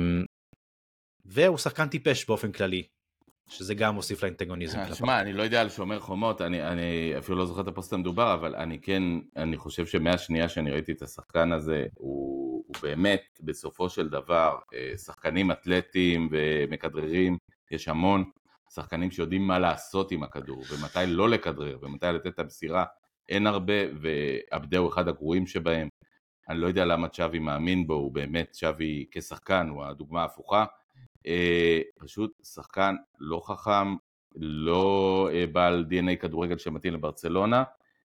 והוא שחקן טיפש באופן כללי, שזה גם מוסיף לאנטגוניזם כלפיו. שמע, אני לא יודע על שומר חומות, אני, אני אפילו לא זוכר את הפוסט המדובר, אבל אני כן, אני חושב שמהשנייה שאני ראיתי את השחקן הזה, הוא... הוא באמת בסופו של דבר, שחקנים אתלטיים ומכדררים, יש המון שחקנים שיודעים מה לעשות עם הכדור, ומתי לא לכדרר, ומתי לתת את המסירה, אין הרבה, ועבדה הוא אחד הגרועים שבהם, אני לא יודע למה צ'אבי מאמין בו, הוא באמת צ'אבי כשחקן, הוא הדוגמה ההפוכה, פשוט שחקן לא חכם, לא בעל די אן איי כדורגל שמתאים לברצלונה,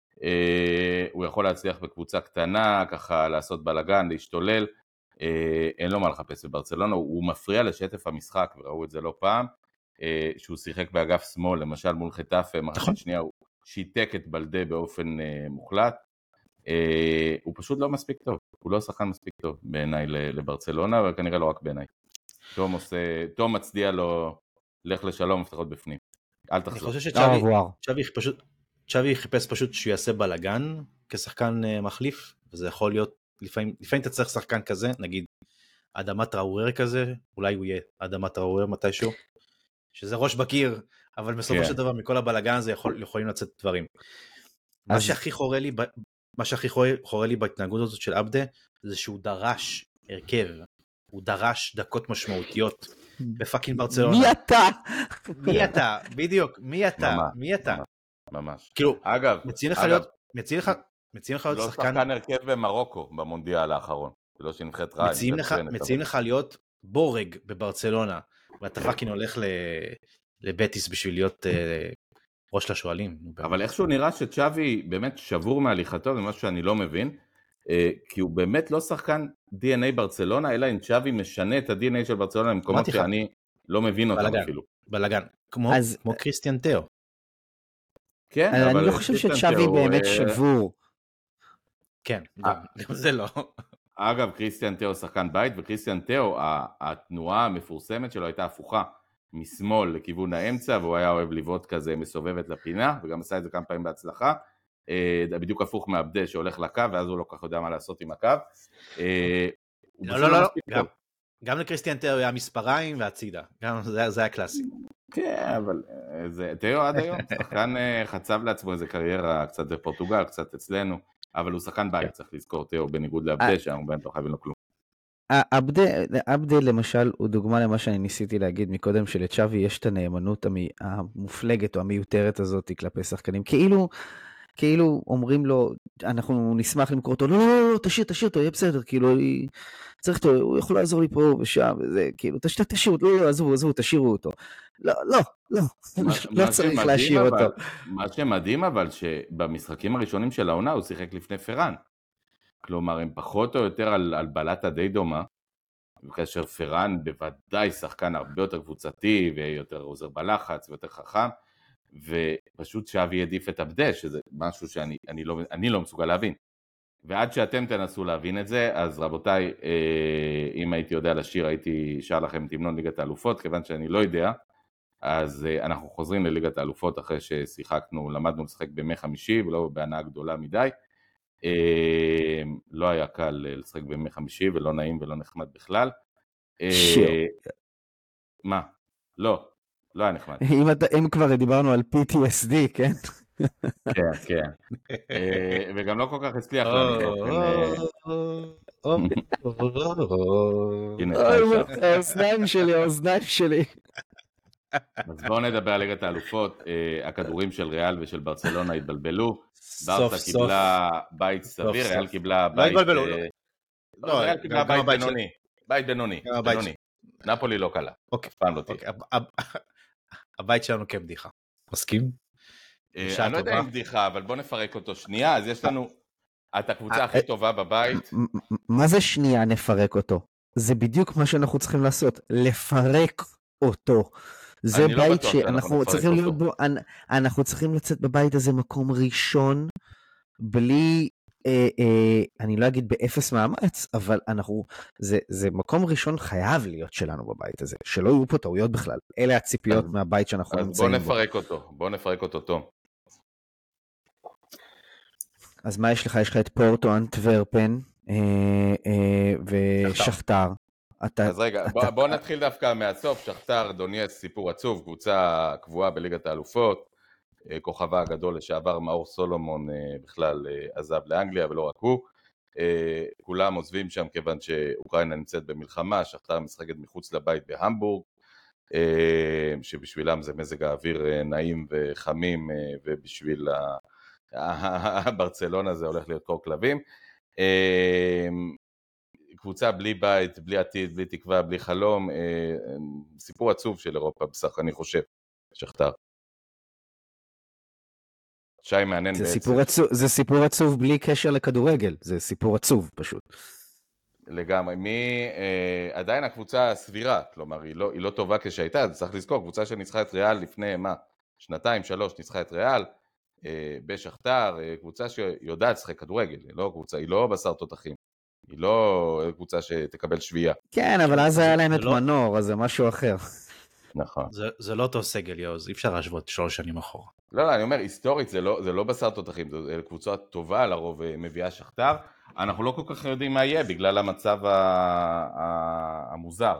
Uh, הוא יכול להצליח בקבוצה קטנה, ככה לעשות בלגן, להשתולל, uh, אין לו מה לחפש בברצלונה, הוא, הוא מפריע לשטף המשחק, וראו את זה לא פעם, uh, שהוא שיחק באגף שמאל, למשל מול חטאפה, מחצית שנייה, הוא שיתק את בלדה באופן uh, מוחלט, uh, הוא פשוט לא מספיק טוב, הוא לא שחקן מספיק טוב בעיניי לברצלונה, וכנראה לא רק בעיניי. תום עושה, תום מצדיע לו, לך לשלום, מפתחות בפנים, אל תחזור. אני חושב שצ'אבי פשוט... צ'אבי חיפש פשוט שהוא יעשה בלגן כשחקן מחליף, וזה יכול להיות, לפעמים, לפעמים אתה צריך שחקן כזה, נגיד אדמת ראורר כזה, אולי הוא יהיה אדמת ראורר מתישהו, שזה ראש בקיר, אבל בסופו yeah. של דבר מכל הבלגן הזה יכול, יכולים לצאת דברים. אז... מה שהכי חורה לי, מה שהכי חורה לי בהתנהגות הזאת של עבדה, זה שהוא דרש הרכב, הוא דרש דקות משמעותיות בפאקינג ברצלונה. מי אתה? מי אתה? בדיוק, מי אתה? מי אתה? ממש. כאילו, אגב, מציעים לך להיות, מציעים לך, מציעים לך להיות לא שחקן... לא שחקן הרכב במרוקו במונדיאל האחרון. זה לא שנבחרת רע. מציעים לך, מציעים לך להיות בורג בברצלונה, ואתה פאקינג הולך לבטיס בשביל להיות ראש לשואלים. אבל איכשהו נראה שצ'אבי באמת שבור מהליכתו, זה משהו שאני לא מבין, כי הוא באמת לא שחקן די אן איי ברצלונה, אלא אם צ'אבי משנה את ה-די אן איי של ברצלונה למקומות שאני לא מבין אותם אפילו. בלגן, כמו קריסטיאן תאו. כן, אבל אני לא חושב שצ'אבי באמת שבור. כן, גם זה לא. אגב, קריסטיאן תאו שחקן בית, וקריסטיאן תאו, התנועה המפורסמת שלו הייתה הפוכה משמאל לכיוון האמצע, והוא היה אוהב לבעוט כזה מסובבת לפינה, וגם עשה את זה כמה פעמים בהצלחה, בדיוק הפוך מעבדה שהולך לקו, ואז הוא לא כך יודע מה לעשות עם הקו. לא, לא, לא, גם לקריסטיאן תאו היה מספריים והצידה, גם זה היה קלאסי. כן, אבל תאו עד היום, שחקן חצב לעצמו איזה קריירה קצת בפורטוגל, קצת אצלנו, אבל הוא שחקן בית, צריך לזכור תאו, בניגוד לעבדה, שאנחנו באמת לא חייבים לו כלום. עבדה למשל הוא דוגמה למה שאני ניסיתי להגיד מקודם, שלצ'אבי יש את הנאמנות המופלגת או המיותרת הזאת כלפי שחקנים, כאילו כאילו אומרים לו, אנחנו נשמח למכור אותו, לא, לא, לא, לא, תשאיר, תשאיר אותו, יהיה בסדר, כאילו, צריך אותו, הוא יכול לעזור לי פה ושם, וזה, כאילו, תשאירו אותו, לא, לא, עזבו, עזבו, תשאירו אותו. לא, לא, לא, לא צריך להשאיר אותו. מה שמדהים אבל, שבמשחקים הראשונים של העונה הוא שיחק לפני פרן. כלומר, הם פחות או יותר על, על בלטה די דומה, וכאשר פרן בוודאי שחקן הרבה יותר קבוצתי, ויותר עוזר בלחץ, ויותר חכם, ופשוט שווי עדיף את הבדש, שזה משהו שאני אני לא, אני לא מסוגל להבין. ועד שאתם תנסו להבין את זה, אז רבותיי, אם הייתי יודע לשיר, הייתי שאל לכם תמנון ליגת האלופות, כיוון שאני לא יודע, אז אנחנו חוזרים לליגת האלופות אחרי ששיחקנו, למדנו לשחק בימי חמישי, ולא בהנאה גדולה מדי. לא היה קל לשחק בימי חמישי, ולא נעים ולא נחמד בכלל. שיר. מה? לא, לא היה נחמד. אם כבר דיברנו על פי טי אס די, כן? כן, כן. וגם לא כל כך הצליח לנו. האוזניים שלי, האוזניים שלי. אז בואו נדבר על ליגת האלופות. הכדורים של ריאל ושל ברצלונה התבלבלו. ברסה קיבלה בית סביר, ריאל קיבלה בית... לא, ריאל קיבלה בית בינוני. בית בינוני. נפולי לא קלה. פעם לא תהיה. הבית שלנו כבדיחה. מסכים? אני לא יודע אם בדיחה, אבל בוא נפרק אותו שנייה. אז יש לנו את הקבוצה הכי טובה בבית. מה זה שנייה נפרק אותו? זה בדיוק מה שאנחנו צריכים לעשות, לפרק אותו. זה בית שאנחנו צריכים להיות בו, אנחנו צריכים לצאת בבית הזה מקום ראשון, בלי, אני לא אגיד באפס מאמץ, אבל אנחנו, זה מקום ראשון חייב להיות שלנו בבית הזה, שלא יהיו פה טעויות בכלל. אלה הציפיות מהבית שאנחנו נמצאים בו. אז בוא נפרק אותו, בוא נפרק אותו טוב. אז מה יש לך? יש לך את פורטו, אנטוורפן ושכתר. אז רגע, בוא נתחיל דווקא מהסוף. שכתר דונייס, סיפור עצוב, קבוצה קבועה בליגת האלופות, כוכבה הגדול לשעבר מאור סולומון בכלל עזב לאנגליה, ולא רק הוא. כולם עוזבים שם כיוון שאוקראינה נמצאת במלחמה. שכתר משחקת מחוץ לבית בהמבורג, שבשבילם זה מזג האוויר נעים וחמים, ובשביל ברצלונה זה הולך להיות קור כלבים. קבוצה בלי בית, בלי עתיד, בלי תקווה, בלי חלום, סיפור עצוב של אירופה בסך, אני חושב, שכתר. שי מעניין זה בעצם. סיפור עצוב, זה סיפור עצוב בלי קשר לכדורגל, זה סיפור עצוב פשוט. לגמרי, מי, אה, עדיין הקבוצה סבירה, כלומר היא לא, היא לא טובה כשהייתה, אז צריך לזכור, קבוצה שניצחה את ריאל לפני מה, שנתיים, שלוש, ניצחה את ריאל, אה, בשכתר, אה, קבוצה שיודעת לשחק כדורגל, היא לא קבוצה, היא לא בשר תותחים. היא לא קבוצה שתקבל שביעה. כן, אבל אז היה להם את מנור, אז זה משהו אחר. נכון. זה לא אותו סגל, יוז, אי אפשר להשוות שלוש שנים אחורה. לא, לא, אני אומר, היסטורית זה לא, זה לא בשר תותחים, זו קבוצה טובה, לרוב מביאה שכתר. אנחנו לא כל כך יודעים מה יהיה, בגלל המצב המוזר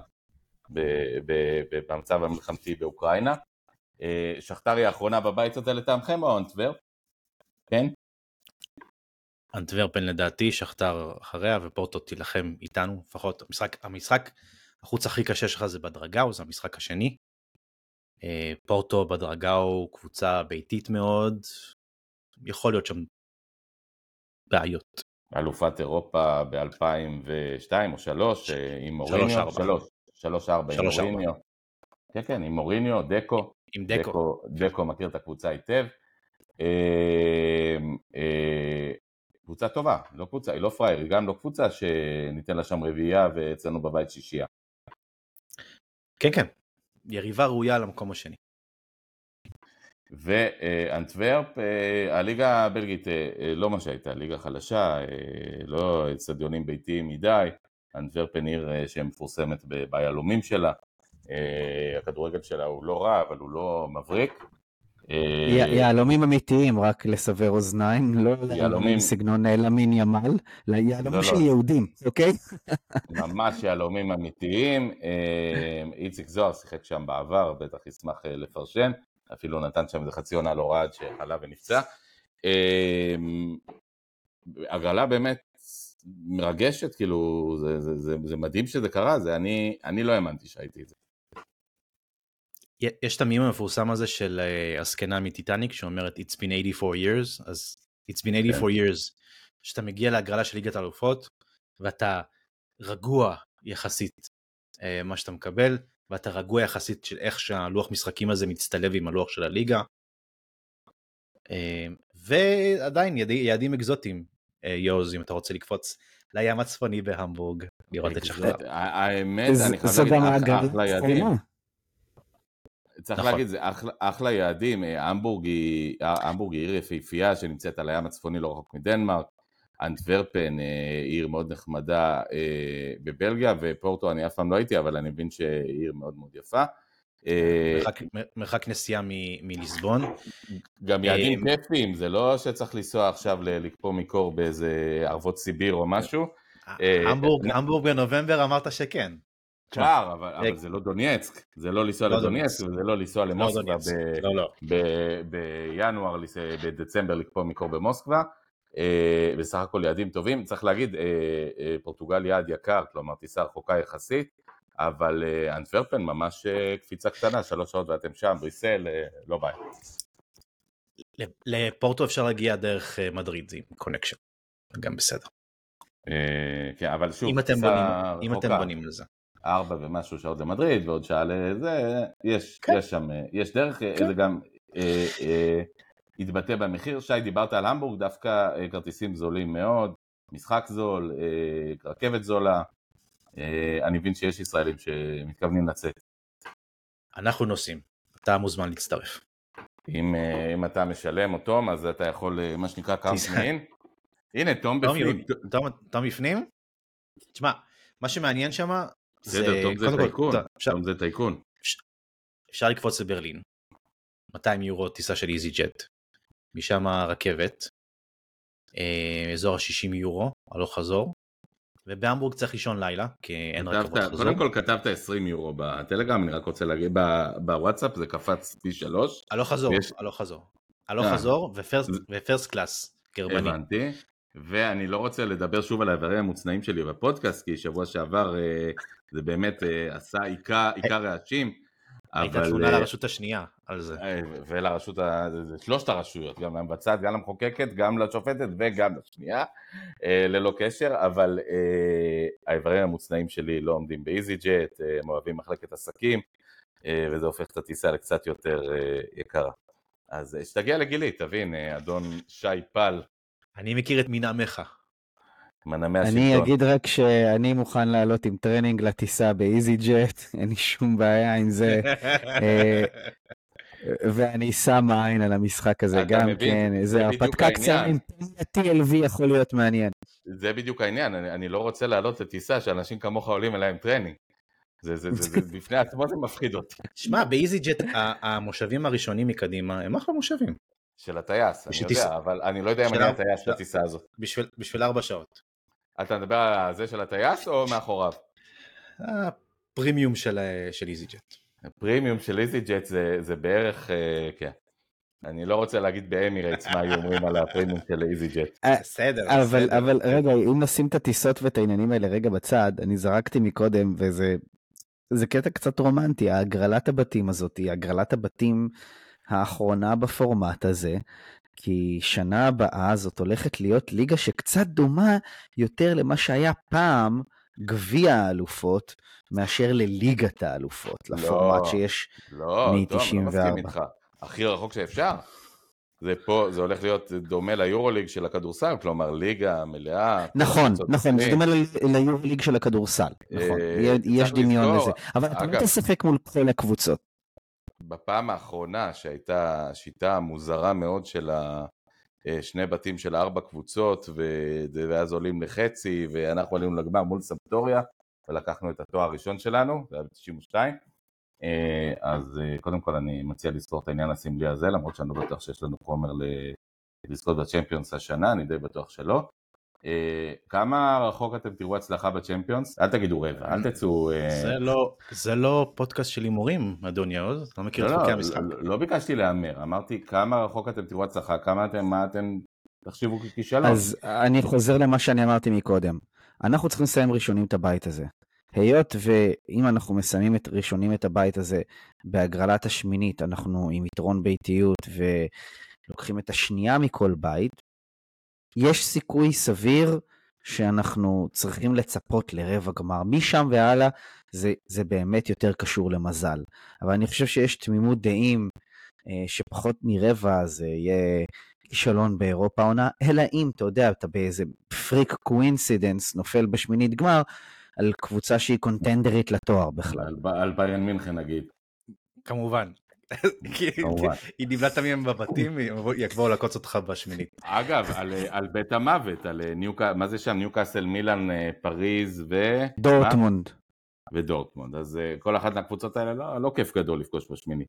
במצב המלחמתי באוקראינה. שכתר היא האחרונה בבית הזה לטעמכם, או אנטוורפ? כן? אנטוורפן לדעתי, שכתר אחריה, ופורטו תילחם איתנו, לפחות המשחק, המשחק, החוץ הכי קשה שלך זה בדרגאו, זה המשחק השני. פורטו בדרגאו קבוצה ביתית מאוד, יכול להיות שם בעיות. אלופת אירופה ב-אלפיים ושתיים או שלוש, עם מוריניו, שלוש, שלוש ארבע, עם מוריניו. כן, כן, עם מוריניו, דקו. עם דקו. דקו מכיר את הקבוצה היטב. קבוצה טובה, לא קבוצה, היא לא פרייר, היא גם לא קבוצה שניתן לה שם רביעייה ואצלנו בבית שישייה. כן, כן, יריבה ראויה למקום השני. ואנטוורפ, הליגה הבלגית לא מה שהייתה, ליגה חלשה, לא אצטדיונים ביתיים מדי, אנטוורפן עיר שמפורסמת ביהלומים שלה, הכדורגל שלה הוא לא רע, אבל הוא לא מבריק. יהלומים אמיתיים, רק לסבר אוזניים, לא יהלומים סגנון למין ימל, יהלומים של יהודים, אוקיי? ממש יהלומים אמיתיים. איציק זוהר שיחק שם בעבר, בטח ישמח לפרשן, אפילו נתן שם איזה חצי עונה לא רעד שחלה ונפצע. הגרלה באמת מרגשת, כאילו, זה, זה, זה, זה מדהים שזה קרה, זה אני, אני לא האמנתי שהייתי את זה. יש את המים המפורסם הזה של הזקנה מטיטניק שאומרת It's been eighty-four years, אז It's been eighty-four years, שאתה מגיע להגרלה של ליגת האלופות, ואתה רגוע יחסית מה שאתה מקבל, ואתה רגוע יחסית של איך שהלוח משחקים הזה מצטלב עם הלוח של הליגה, ועדיין יעדים אקזוטיים, יוז, אם אתה רוצה לקפוץ לים הצפוני בהמבורג, לראות את שחר. האמת, אני חייב להגיד, אחלה יעדים. צריך להגיד, זה אחלה יעדים, המבורג היא עיר יפהפייה שנמצאת על הים הצפוני לא רחוק מדנמרק, אנטוורפן, עיר מאוד נחמדה בבלגיה, ופורטו אני אף פעם לא הייתי, אבל אני מבין שהיא עיר מאוד מאוד יפה. מרחק נסיעה מליסבון. גם יעדים כיפים, זה לא שצריך לנסוע עכשיו לקפוא מקור באיזה ערבות סיביר או משהו. המבורג בנובמבר אמרת שכן. כבר, אבל זה לא דונייצק, זה לא לנסוע לדונייצק, וזה לא לנסוע למוסקבה בינואר, בדצמבר לקפוא מקור במוסקבה. בסך הכל יעדים טובים, צריך להגיד, פורטוגל יעד יקר, כלומר טיסה רחוקה יחסית, אבל אנטוורפן ממש קפיצה קטנה, שלוש שעות ואתם שם, בריסל, לא בעיה. לפורטו אפשר להגיע דרך מדריד, זה קונקשן, גם בסדר. כן, אבל שוב, אם אתם בונים לזה. ארבע ומשהו שעות למדריד, ועוד שעה לזה, יש שם, יש דרך, זה גם התבטא במחיר. שי, דיברת על המבורג, דווקא כרטיסים זולים מאוד, משחק זול, רכבת זולה, אני מבין שיש ישראלים שמתכוונים לצאת. אנחנו נוסעים, אתה מוזמן להצטרף. אם, אם אתה משלם או תום, אז אתה יכול, מה שנקרא, קאונטמין. הנה, תום בפנים. תום בפנים? תשמע, מה שמעניין שם, בסדר, תום זה טייקון. תום זה טייקון. אפשר לקפוץ לברלין. מאתיים יורו טיסה של איזי ג'ט. משם הרכבת. אזור ה-שישים יורו, הלוך חזור. ובהמבורג צריך לישון לילה, כי אין רכבות חזור. קודם כל כתבת עשרים יורו בטלגרם, אני רק רוצה להגיד, בוואטסאפ זה קפץ פי שלוש. הלוך חזור, הלוך חזור. הלוך חזור ופרסט קלאס, גרמני. הבנתי, ואני לא רוצה לדבר שוב על האיברים המוצנעים שלי בפודקאסט, כי שבוע שעבר זה באמת עשה עיקר רעשים. הייתה תלונה לרשות השנייה על זה. ולרשות, זה שלושת הרשויות, גם למבצעת, גם למחוקקת, גם לשופטת וגם לשנייה, ללא קשר, אבל האיברים המוצנעים שלי לא עומדים באיזי ג'ט, הם אוהבים מחלקת עסקים, וזה הופך את הטיסה לקצת יותר יקרה. אז שתגיע לגילי, תבין, אדון שי פל. אני מכיר את מנעמך. אני אגיד רק שאני מוכן לעלות עם טרנינג לטיסה באיזי ג'ט, אין לי שום בעיה עם זה, ואני שם עין על המשחק הזה גם, כן, זה הרפתקה קצרה עם טי אל וי יכול להיות מעניין. זה בדיוק העניין, אני לא רוצה לעלות לטיסה שאנשים כמוך עולים אליי עם טרנינג, זה בפני עצמו זה מפחיד אותי. שמע, באיזי ג'ט המושבים הראשונים מקדימה הם אחלה מושבים. של הטייס, אני יודע, אבל אני לא יודע אם אני הטייס של הטיסה הזאת. בשביל ארבע שעות. אתה מדבר על זה של הטייס או מאחוריו? הפרימיום של איזי ג'ט. הפרימיום של איזי ג'ט זה בערך, כן. אני לא רוצה להגיד באמירייטס מה היו אומרים על הפרימיום של איזי ג'ט. בסדר. אבל רגע, אם נשים את הטיסות ואת העניינים האלה רגע בצד, אני זרקתי מקודם וזה זה קטע קצת רומנטי, הגרלת הבתים הזאת, הגרלת הבתים האחרונה בפורמט הזה, כי שנה הבאה זאת הולכת להיות ליגה שקצת דומה יותר למה שהיה פעם גביע האלופות, מאשר לליגת האלופות, לפורמט שיש מ-תשעים וארבע. לא, לא מסכים איתך. הכי רחוק שאפשר. זה פה, זה הולך להיות דומה ליורוליג של הכדורסל, כלומר ליגה מלאה. נכון, נכון, זה דומה ליורוליג של הכדורסל, נכון, יש דמיון לזה. אבל אתה לא תשחק מול כל הקבוצות. בפעם האחרונה שהייתה שיטה מוזרה מאוד של שני בתים של ארבע קבוצות, ואז עולים לחצי, ואנחנו עלינו לגמר מול סמפדוריה, ולקחנו את התואר הראשון שלנו, זה היה ב-תשעים ושתיים, אז קודם כל אני מציע לזכור את העניין הסמלי הזה, למרות שאני לא בטוח שיש לנו חומר לזכות בצ'מפיונס השנה, אני די בטוח שלא. כמה רחוק אתם תראו הצלחה בצ'מפיונס? אל תגידו רבע, אל תצאו... זה לא פודקאסט של הימורים, אדון יעוז, אתה מכיר את חוקי המשחק? לא ביקשתי להאמר, אמרתי כמה רחוק אתם תראו הצלחה, כמה אתם, מה אתם תחשיבו ככישלון. אז אני חוזר למה שאני אמרתי מקודם, אנחנו צריכים לסיים ראשונים את הבית הזה. היות ואם אנחנו מסיימים את ראשונים את הבית הזה בהגרלת השמינית, אנחנו עם יתרון ביתיות ולוקחים את השנייה מכל בית, יש סיכוי סביר שאנחנו צריכים לצפות לרבע גמר. משם והלאה זה, זה באמת יותר קשור למזל. אבל אני חושב שיש תמימות דעים אה, שפחות מרבע זה יהיה כישלון באירופה עונה, אלא אם אתה יודע, אתה באיזה פריק קווינסידנס נופל בשמינית גמר, על קבוצה שהיא קונטנדרית לתואר בכלל. על, על ביירן מינכן נגיד. כמובן. היא נבלעת מהם בבתים, יבואו לקוץ אותך בשמינית. אגב, על, על בית המוות, על ניוקה, מה זה שם? ניוקאסל, מילאן, פריז ו... דורטמונד. ודורטמונד. אז כל אחת מהקבוצות האלה לא, לא כיף גדול לפגוש בשמינית.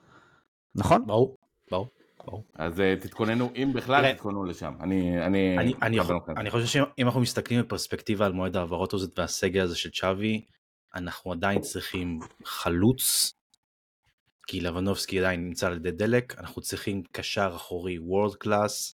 נכון? ברור, ברור. אז תתכוננו, אם בכלל תתכוננו לשם. אני, אני, אני, אני, אני חושב שאם אנחנו מסתכלים בפרספקטיבה על מועד העברות הזאת והסגל הזה של צ'אבי, אנחנו עדיין צריכים חלוץ, כי לבנובסקי עדיין נמצא על ידי דלק, אנחנו צריכים קשר אחורי וורד קלאס,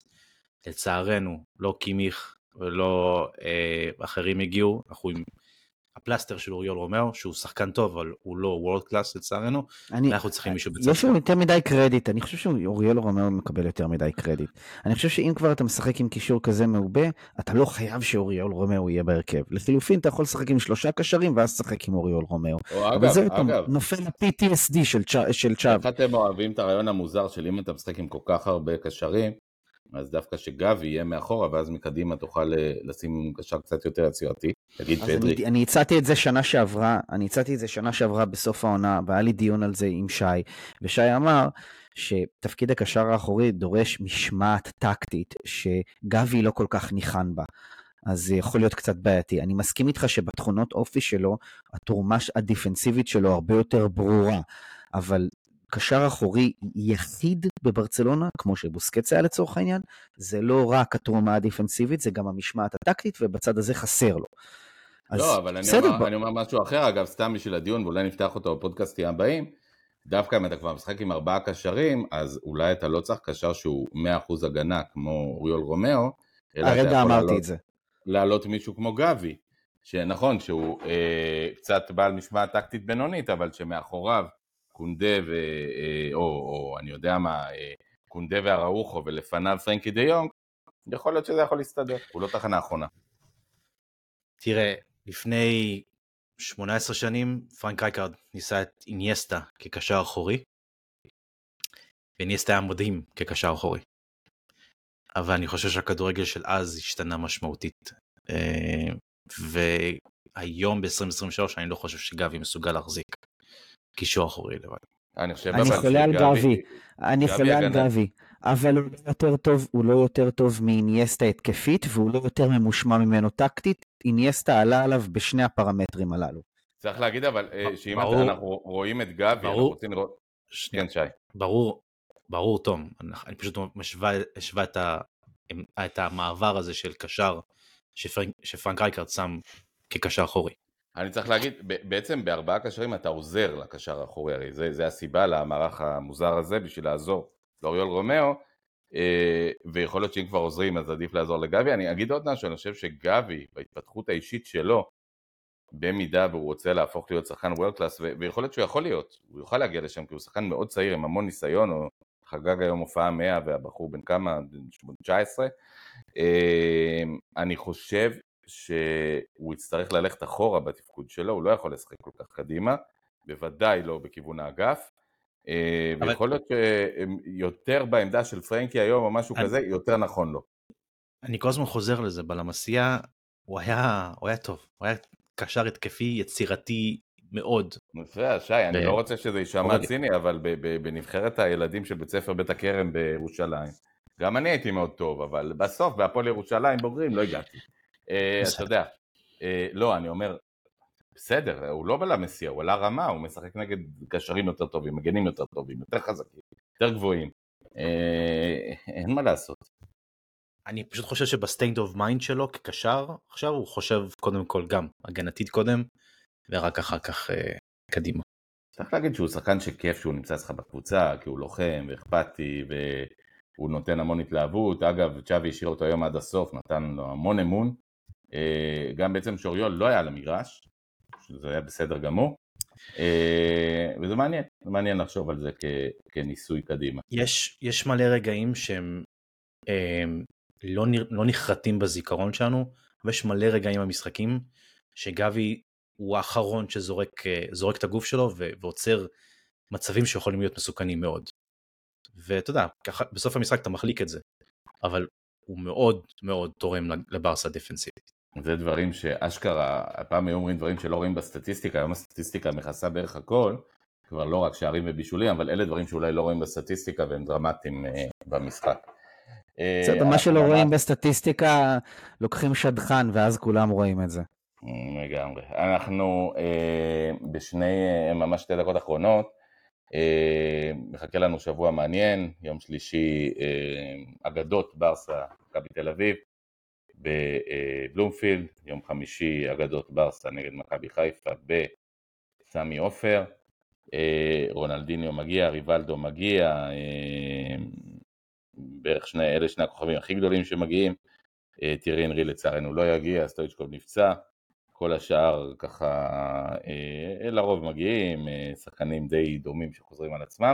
לצערנו לא קימיך ולא אה, אחרים הגיעו, אנחנו עם הפלסטר של אוריול רומאו, שהוא שחקן טוב, אבל הוא לא וורד קלאס לצערנו, אני, אנחנו צריכים מישהו בצד. יש לו יותר מדי קרדיט, אני חושב שאוריול רומאו מקבל יותר מדי קרדיט. אני חושב שאם כבר אתה משחק עם קישור כזה מעובה, אתה לא חייב שאוריול רומאו יהיה בהרכב. לחילופין אתה יכול לשחק עם שלושה קשרים, ואז לשחק עם אוריול רומאו. אבל זה נופל ל-פי טי אס די של צ'אב. איך אתם אוהבים את הרעיון המוזר של אם אתה משחק עם כל כך הרבה קשרים, אז דווקא שגבי יהיה מאחורה, ואז מקדימה תוכל לשים קשר קצת יותר יצירתי. אני, אני הצעתי את זה שנה שעברה, אני הצעתי את זה שנה שעברה בסוף העונה, והיה לי דיון על זה עם שי, ושי אמר שתפקיד הקשר האחורי דורש משמעת טקטית, שגבי לא כל כך ניחן בה, אז זה יכול להיות קצת בעייתי. אני מסכים איתך שבתכונות אופי שלו, התרומה הדיפנסיבית שלו הרבה יותר ברורה, אבל קשר אחורי יחיד בברצלונה, כמו שבוסקץ היה לצורך העניין, זה לא רק התרומה הדיפנסיבית, זה גם המשמעת הטקטית, ובצד הזה חסר לו. לא, אבל אני אומר, אני אומר משהו אחר, אגב, סתם בשביל הדיון, ואולי נפתח אותו בפודקאסטים הבאים, דווקא אם אתה כבר משחק עם ארבעה קשרים, אז אולי אתה לא צריך קשר שהוא מאה אחוז הגנה, כמו אוריול רומאו, הרגע אמרתי את זה. לעלות מישהו כמו גבי, שנכון, שהוא אה, קצת בעל משמעת טקטית בינונית, אבל שמאחוריו, קונדה ו... או, או אני יודע מה, קונדה והראוחו ולפניו פרנקי די יונג, יכול להיות שזה יכול להסתדר, הוא לא תחנה האחרונה. תראה, לפני שמונה עשרה שנים פרנק רייקארד ניסה את אינייסטה כקשר אחורי, ואינייסטה היה מדהים כקשר אחורי. אבל אני חושב שהכדורגל של אז השתנה משמעותית. והיום ב-עשרים עשרים ושלוש אני לא חושב שגבי מסוגל להחזיק קישור אחורי לבד. אני חושב אני חולה על גבי, אני חולה על גבי, אבל הוא לא יותר טוב, הוא לא יותר טוב מאינייסטה התקפית, והוא לא יותר ממושמע ממנו טקטית. אינייסטה עלה עליו בשני הפרמטרים הללו. צריך להגיד אבל שאם אנחנו רואים את גבי, אנחנו רוצים לראות... כן, שי. ברור, ברור, תום. אני פשוט משווה את המעבר הזה של קשר שפרנק רייקארד שם כקשר אחורי. אני צריך להגיד, בעצם בארבעה קשרים אתה עוזר לקשר האחורי, הרי זה, זה הסיבה למערך המוזר הזה, בשביל לעזור לאוריול רומאו, ויכול להיות שאם כבר עוזרים אז עדיף לעזור לגבי. אני אגיד עוד משהו, אני חושב שגבי, בהתפתחות האישית שלו, במידה והוא רוצה להפוך להיות שחקן וורד קלאס, ויכול להיות שהוא יכול להיות, הוא יוכל להגיע לשם, כי הוא שחקן מאוד צעיר, עם המון ניסיון, או חגג היום הופעה מאה, והבחור בן כמה, תשע עשרה, אני חושב, שהוא יצטרך ללכת אחורה בתפקוד שלו, הוא לא יכול לשחק כל כך קדימה, בוודאי לא בכיוון האגף, אבל... ויכול להיות שיותר בעמדה של פרנקי היום או משהו אני... כזה, יותר נכון לו. אני כל הזמן חוזר לזה, בלמסייה הוא היה, הוא היה טוב, הוא היה קשר התקפי יצירתי מאוד. נפלא, שי, אני ב... לא רוצה שזה יישמע ציני, אבל בנבחרת הילדים של בית ספר בית הכרם בירושלים, גם אני הייתי מאוד טוב, אבל בסוף בהפועל ירושלים בוגרים לא הגעתי. אתה יודע, לא, אני אומר, בסדר, הוא לא בלמסייה, הוא עלה רמה, הוא משחק נגד קשרים יותר טובים, מגנים יותר טובים, יותר חזקים, יותר גבוהים, אין מה לעשות. אני פשוט חושב שבסטיינד אוף מיינד שלו כקשר, עכשיו הוא חושב קודם כל גם הגנתית קודם, ורק אחר כך קדימה. צריך להגיד שהוא שחקן שכיף שהוא נמצא אצלך בקבוצה, כי הוא לוחם ואכפתי, והוא נותן המון התלהבות. אגב, צ'אבי השאיר אותו היום עד הסוף, נתן לו המון אמון, גם בעצם שאוריול לא היה למגרש, זה היה בסדר גמור, וזה מעניין, זה מעניין לחשוב על זה כניסוי קדימה. יש, יש מלא רגעים שהם לא, לא נחרטים בזיכרון שלנו, ויש מלא רגעים במשחקים, שגבי הוא האחרון שזורק זורק את הגוף שלו, ועוצר מצבים שיכולים להיות מסוכנים מאוד. ואתה יודע, ככה, בסוף המשחק אתה מחליק את זה, אבל הוא מאוד מאוד תורם לברסה דפנסיבית. זה דברים שאשכרה, הפעם היו אומרים דברים שלא רואים בסטטיסטיקה, היום הסטטיסטיקה מכסה בערך הכל, כבר לא רק שערים ובישולים, אבל אלה דברים שאולי לא רואים בסטטיסטיקה, והם דרמטיים במשחק. בסדר, מה שלא רואים בסטטיסטיקה, לוקחים שדכן, ואז כולם רואים את זה. לגמרי. אנחנו בשני, ממש שתי דקות אחרונות, מחכה לנו שבוע מעניין, יום שלישי אגדות ברסה, מכבי תל אביב, בבלומפילד, יום חמישי אגדות ברסה נגד מכבי חיפה בסמי עופר, רונלדיניו מגיע, ריבלדו מגיע, בערך שני, אלה שני הכוכבים הכי גדולים שמגיעים, טירי אנרי לצערנו לא יגיע, סטויצ'קוב נפצע, כל השאר ככה לרוב מגיעים, שחקנים די דומים שחוזרים על עצמם,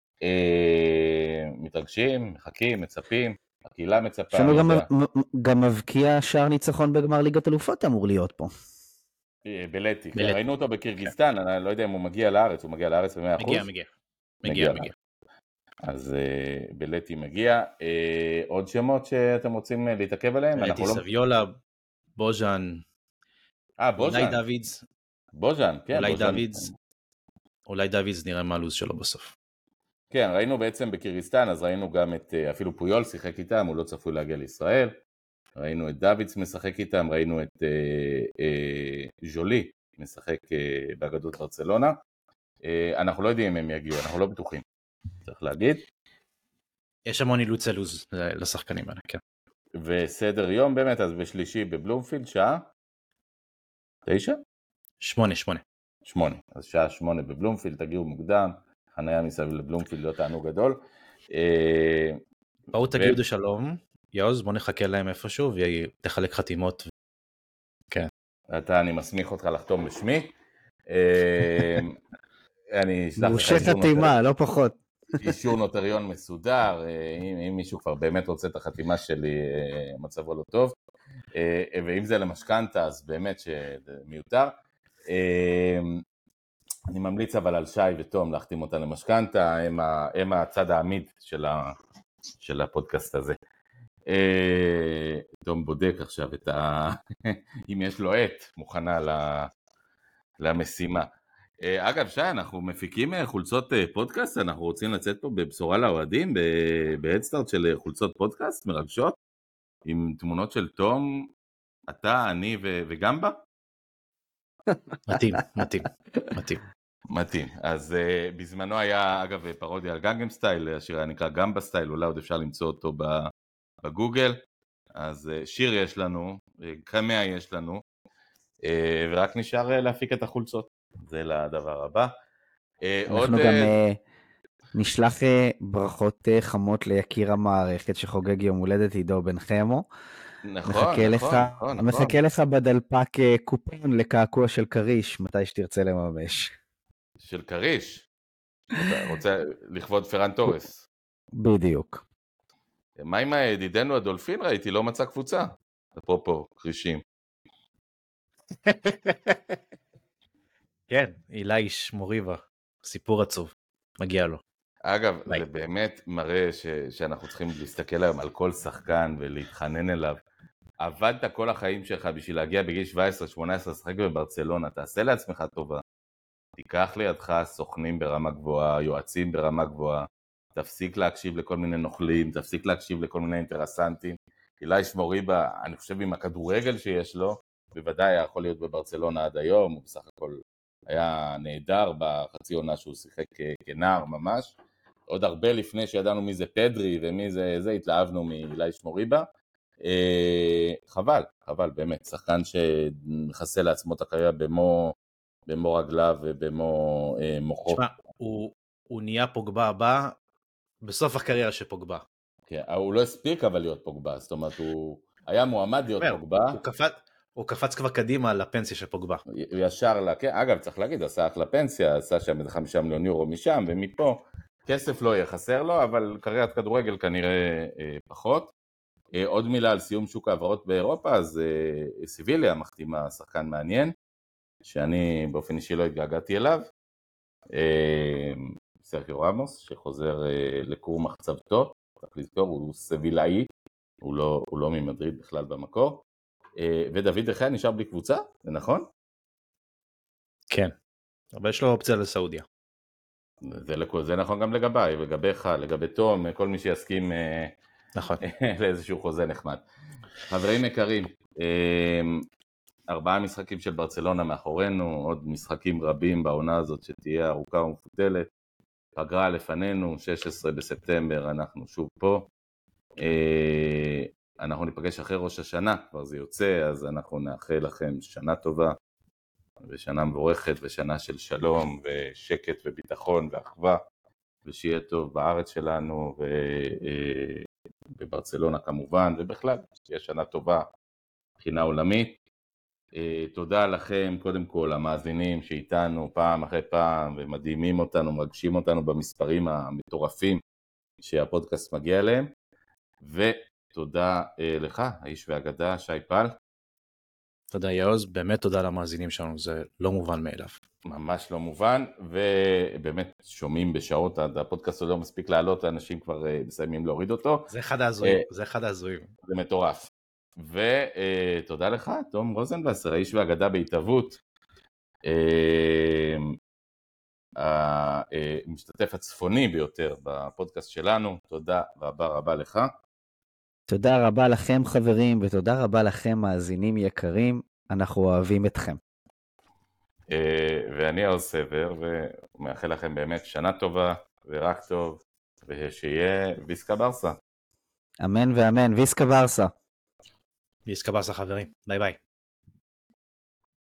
מתרגשים, מחכים, מצפים, הקהילה מצפה. שלנו גם, גם מבקיע שער ניצחון בגמר ליגת אלופות אמור להיות פה. בלטי, ראינו אותו בקירגיסטן, אני לא יודע אם הוא מגיע לארץ, הוא מגיע לארץ ב-מאה אחוז? מגיע, מגיע, מגיע, מגיע. אז בלטי מגיע, עוד שמות שאתם רוצים להתעכב עליהם? בלטי, סביולה, בוז'אן, אה, בוז'אן. אולי דוידס. בוז'אן, כן. אולי דוידס, אולי דוידס נראה מה הלו"ז שלו בסוף. כן, ראינו בעצם בקירגיסטן, אז ראינו גם את, אפילו פויול שיחק איתם, הוא לא צפוי להגיע לישראל, ראינו את דוידס משחק איתם, ראינו את אה, אה, ז'ולי משחק אה, באגדות ברצלונה, אה, אנחנו לא יודעים אם הם יגיעו, אנחנו לא בטוחים, צריך להגיד. יש המון אילוצי לו"ז לשחקנים האלה, כן. וסדר יום באמת, אז בשלישי בבלומפילד, שעה? תשע? שמונה, שמונה. שמונה, אז שעה שמונה בבלומפילד, תגיעו מוקדם, חניה מסביב לבלומפילד לא תענוג גדול. בואו תגידו שלום, יוז, בוא נחכה להם איפשהו, ותחלק חתימות. כן. אתה, אני מסמיך אותך לחתום בשמי. מורשה חתימה, לא פחות. אישור נוטריון מסודר, אם מישהו כבר באמת רוצה את החתימה שלי, מצבו לא טוב. ואם זה למשכנתה, אז באמת שמיותר. אני ממליץ אבל על שי ותום להחתים אותה למשכנתה, הם, הם הצד העמיד של, ה, של הפודקאסט הזה. תום בודק עכשיו את ה... אם יש לו עת מוכנה למשימה. אגב שי, אנחנו מפיקים חולצות פודקאסט, אנחנו רוצים לצאת פה בבשורה לאוהדים, בהדסטארט של חולצות פודקאסט מרגשות, עם תמונות של תום, אתה, אני ו- וגמבה? מתאים, מתאים, מתאים. מתאים. אז uh, בזמנו היה, אגב, פרודיה על גנגנם סטייל, השיר היה נקרא גמבה סטייל, אולי עוד אפשר למצוא אותו בגוגל. אז uh, שיר יש לנו, קמע יש לנו, uh, ורק נשאר uh, להפיק את החולצות. זה לדבר הבא. Uh, אנחנו עוד, גם uh, uh, נשלח uh, ברכות uh, חמות ליקיר המערכת שחוגג יום הולדת עידו בן חמו. נכון, מחכה נכון, לך, נכון, מחכה נכון. לך בדלפק קופון לקעקוע של קריש, מתי שתרצה לממש. של קריש? אתה רוצה לכבוד פרן טורס. בדיוק. מה עם ידידנו הדולפין? ראיתי, לא מצא קבוצה. אפרופו, קרישים. כן, אילייש מוריבה, סיפור עצוב, מגיע לו. אגב, ביי. זה באמת מראה ש, שאנחנו צריכים להסתכל היום על כל שחקן ולהתחנן אליו. עבדת כל החיים שלך בשביל להגיע בגיל שבע עשרה שמונה עשרה לשחק בברצלונה, תעשה לעצמך טובה. תיקח לידך סוכנים ברמה גבוהה, יועצים ברמה גבוהה, תפסיק להקשיב לכל מיני נוכלים, תפסיק להקשיב לכל מיני אינטרסנטים. אילייש מוריבה, אני חושב עם הכדורגל שיש לו, בוודאי היה יכול להיות בברצלונה עד היום, הוא בסך הכל היה נהדר בחצי עונה שהוא שיחק כנער ממש. עוד הרבה לפני שידענו מי זה פדרי ומי זה, זה התלהבנו מאילייש מוריבה. אה, חבל, חבל באמת, שחקן שמחסה לעצמו את הקריירה במו, במו רגליו ובמו אה, מוחו. תשמע, הוא, הוא נהיה פוגבה הבא בסוף הקריירה שפוגבה. כן, הוא לא הספיק אבל להיות פוגבה, זאת אומרת הוא היה מועמד להיות אומר, פוגבה. הוא קפץ, הוא קפץ כבר קדימה לפנסיה של פוגבה. ישר לה, כן, אגב, צריך להגיד, עשה אחלה פנסיה, עשה שם איזה חמישה מיליון יורו משם, ומפה כסף לא יהיה חסר לו, אבל קריירת כדורגל כנראה אה, פחות. אה, עוד מילה על סיום שוק העברות באירופה, אז אה, סיביליה מחתימה שחקן מעניין, שאני באופן אישי לא התגעגעתי אליו, אה, סרקיו רמוס, שחוזר אה, לקור מחצבתו, צריך לזכור, הוא סבילאי, הוא לא, הוא לא ממדריד בכלל במקור, ודוד דחיה נשאר בלי קבוצה, זה נכון? כן, אבל יש לו אופציה לסעודיה. זה, זה נכון גם לגביי, לגביך, לגבי תום, כל מי שיסכים נכון. לאיזשהו חוזה נחמד. חברים יקרים, ארבעה משחקים של ברצלונה מאחורינו, עוד משחקים רבים בעונה הזאת שתהיה ארוכה ומפותלת, פגרה לפנינו, שש עשרה בספטמבר אנחנו שוב פה, אנחנו ניפגש אחרי ראש השנה, כבר זה יוצא, אז אנחנו נאחל לכם שנה טובה, ושנה מבורכת, ושנה של שלום, ושקט, וביטחון, ואחווה, ושיהיה טוב בארץ שלנו, ובברצלונה כמובן, ובכלל, שיהיה שנה טובה, מבחינה עולמית. תודה לכם, קודם כל, המאזינים שאיתנו פעם אחרי פעם, ומדהימים אותנו, מרגשים אותנו במספרים המטורפים שהפודקאסט מגיע אליהם, ו... תודה לך, האיש והאגדה, שי פל. תודה יעוז, באמת תודה למאזינים שלנו, זה לא מובן מאליו. ממש לא מובן, ובאמת שומעים בשעות, הפודקאסט לא מספיק לעלות, האנשים כבר מסיימים להוריד אותו. זה אחד העזויים, זה אחד העזויים. זה מטורף. ותודה לך, תום רוזנבסר, האיש והאגדה בהתהוות, המשתתף הצפוני ביותר בפודקאסט שלנו, תודה רבה רבה לך. תודה רבה לכם חברים, ותודה רבה לכם מאזינים יקרים, אנחנו אוהבים אתכם. ואני עוז סבר, ומאחל לכם באמת שנה טובה, ורק טוב, ושיהיה ויסקה ברסה. אמן ואמן, ויסקה ברסה. ויסקה ברסה חברים, ביי ביי.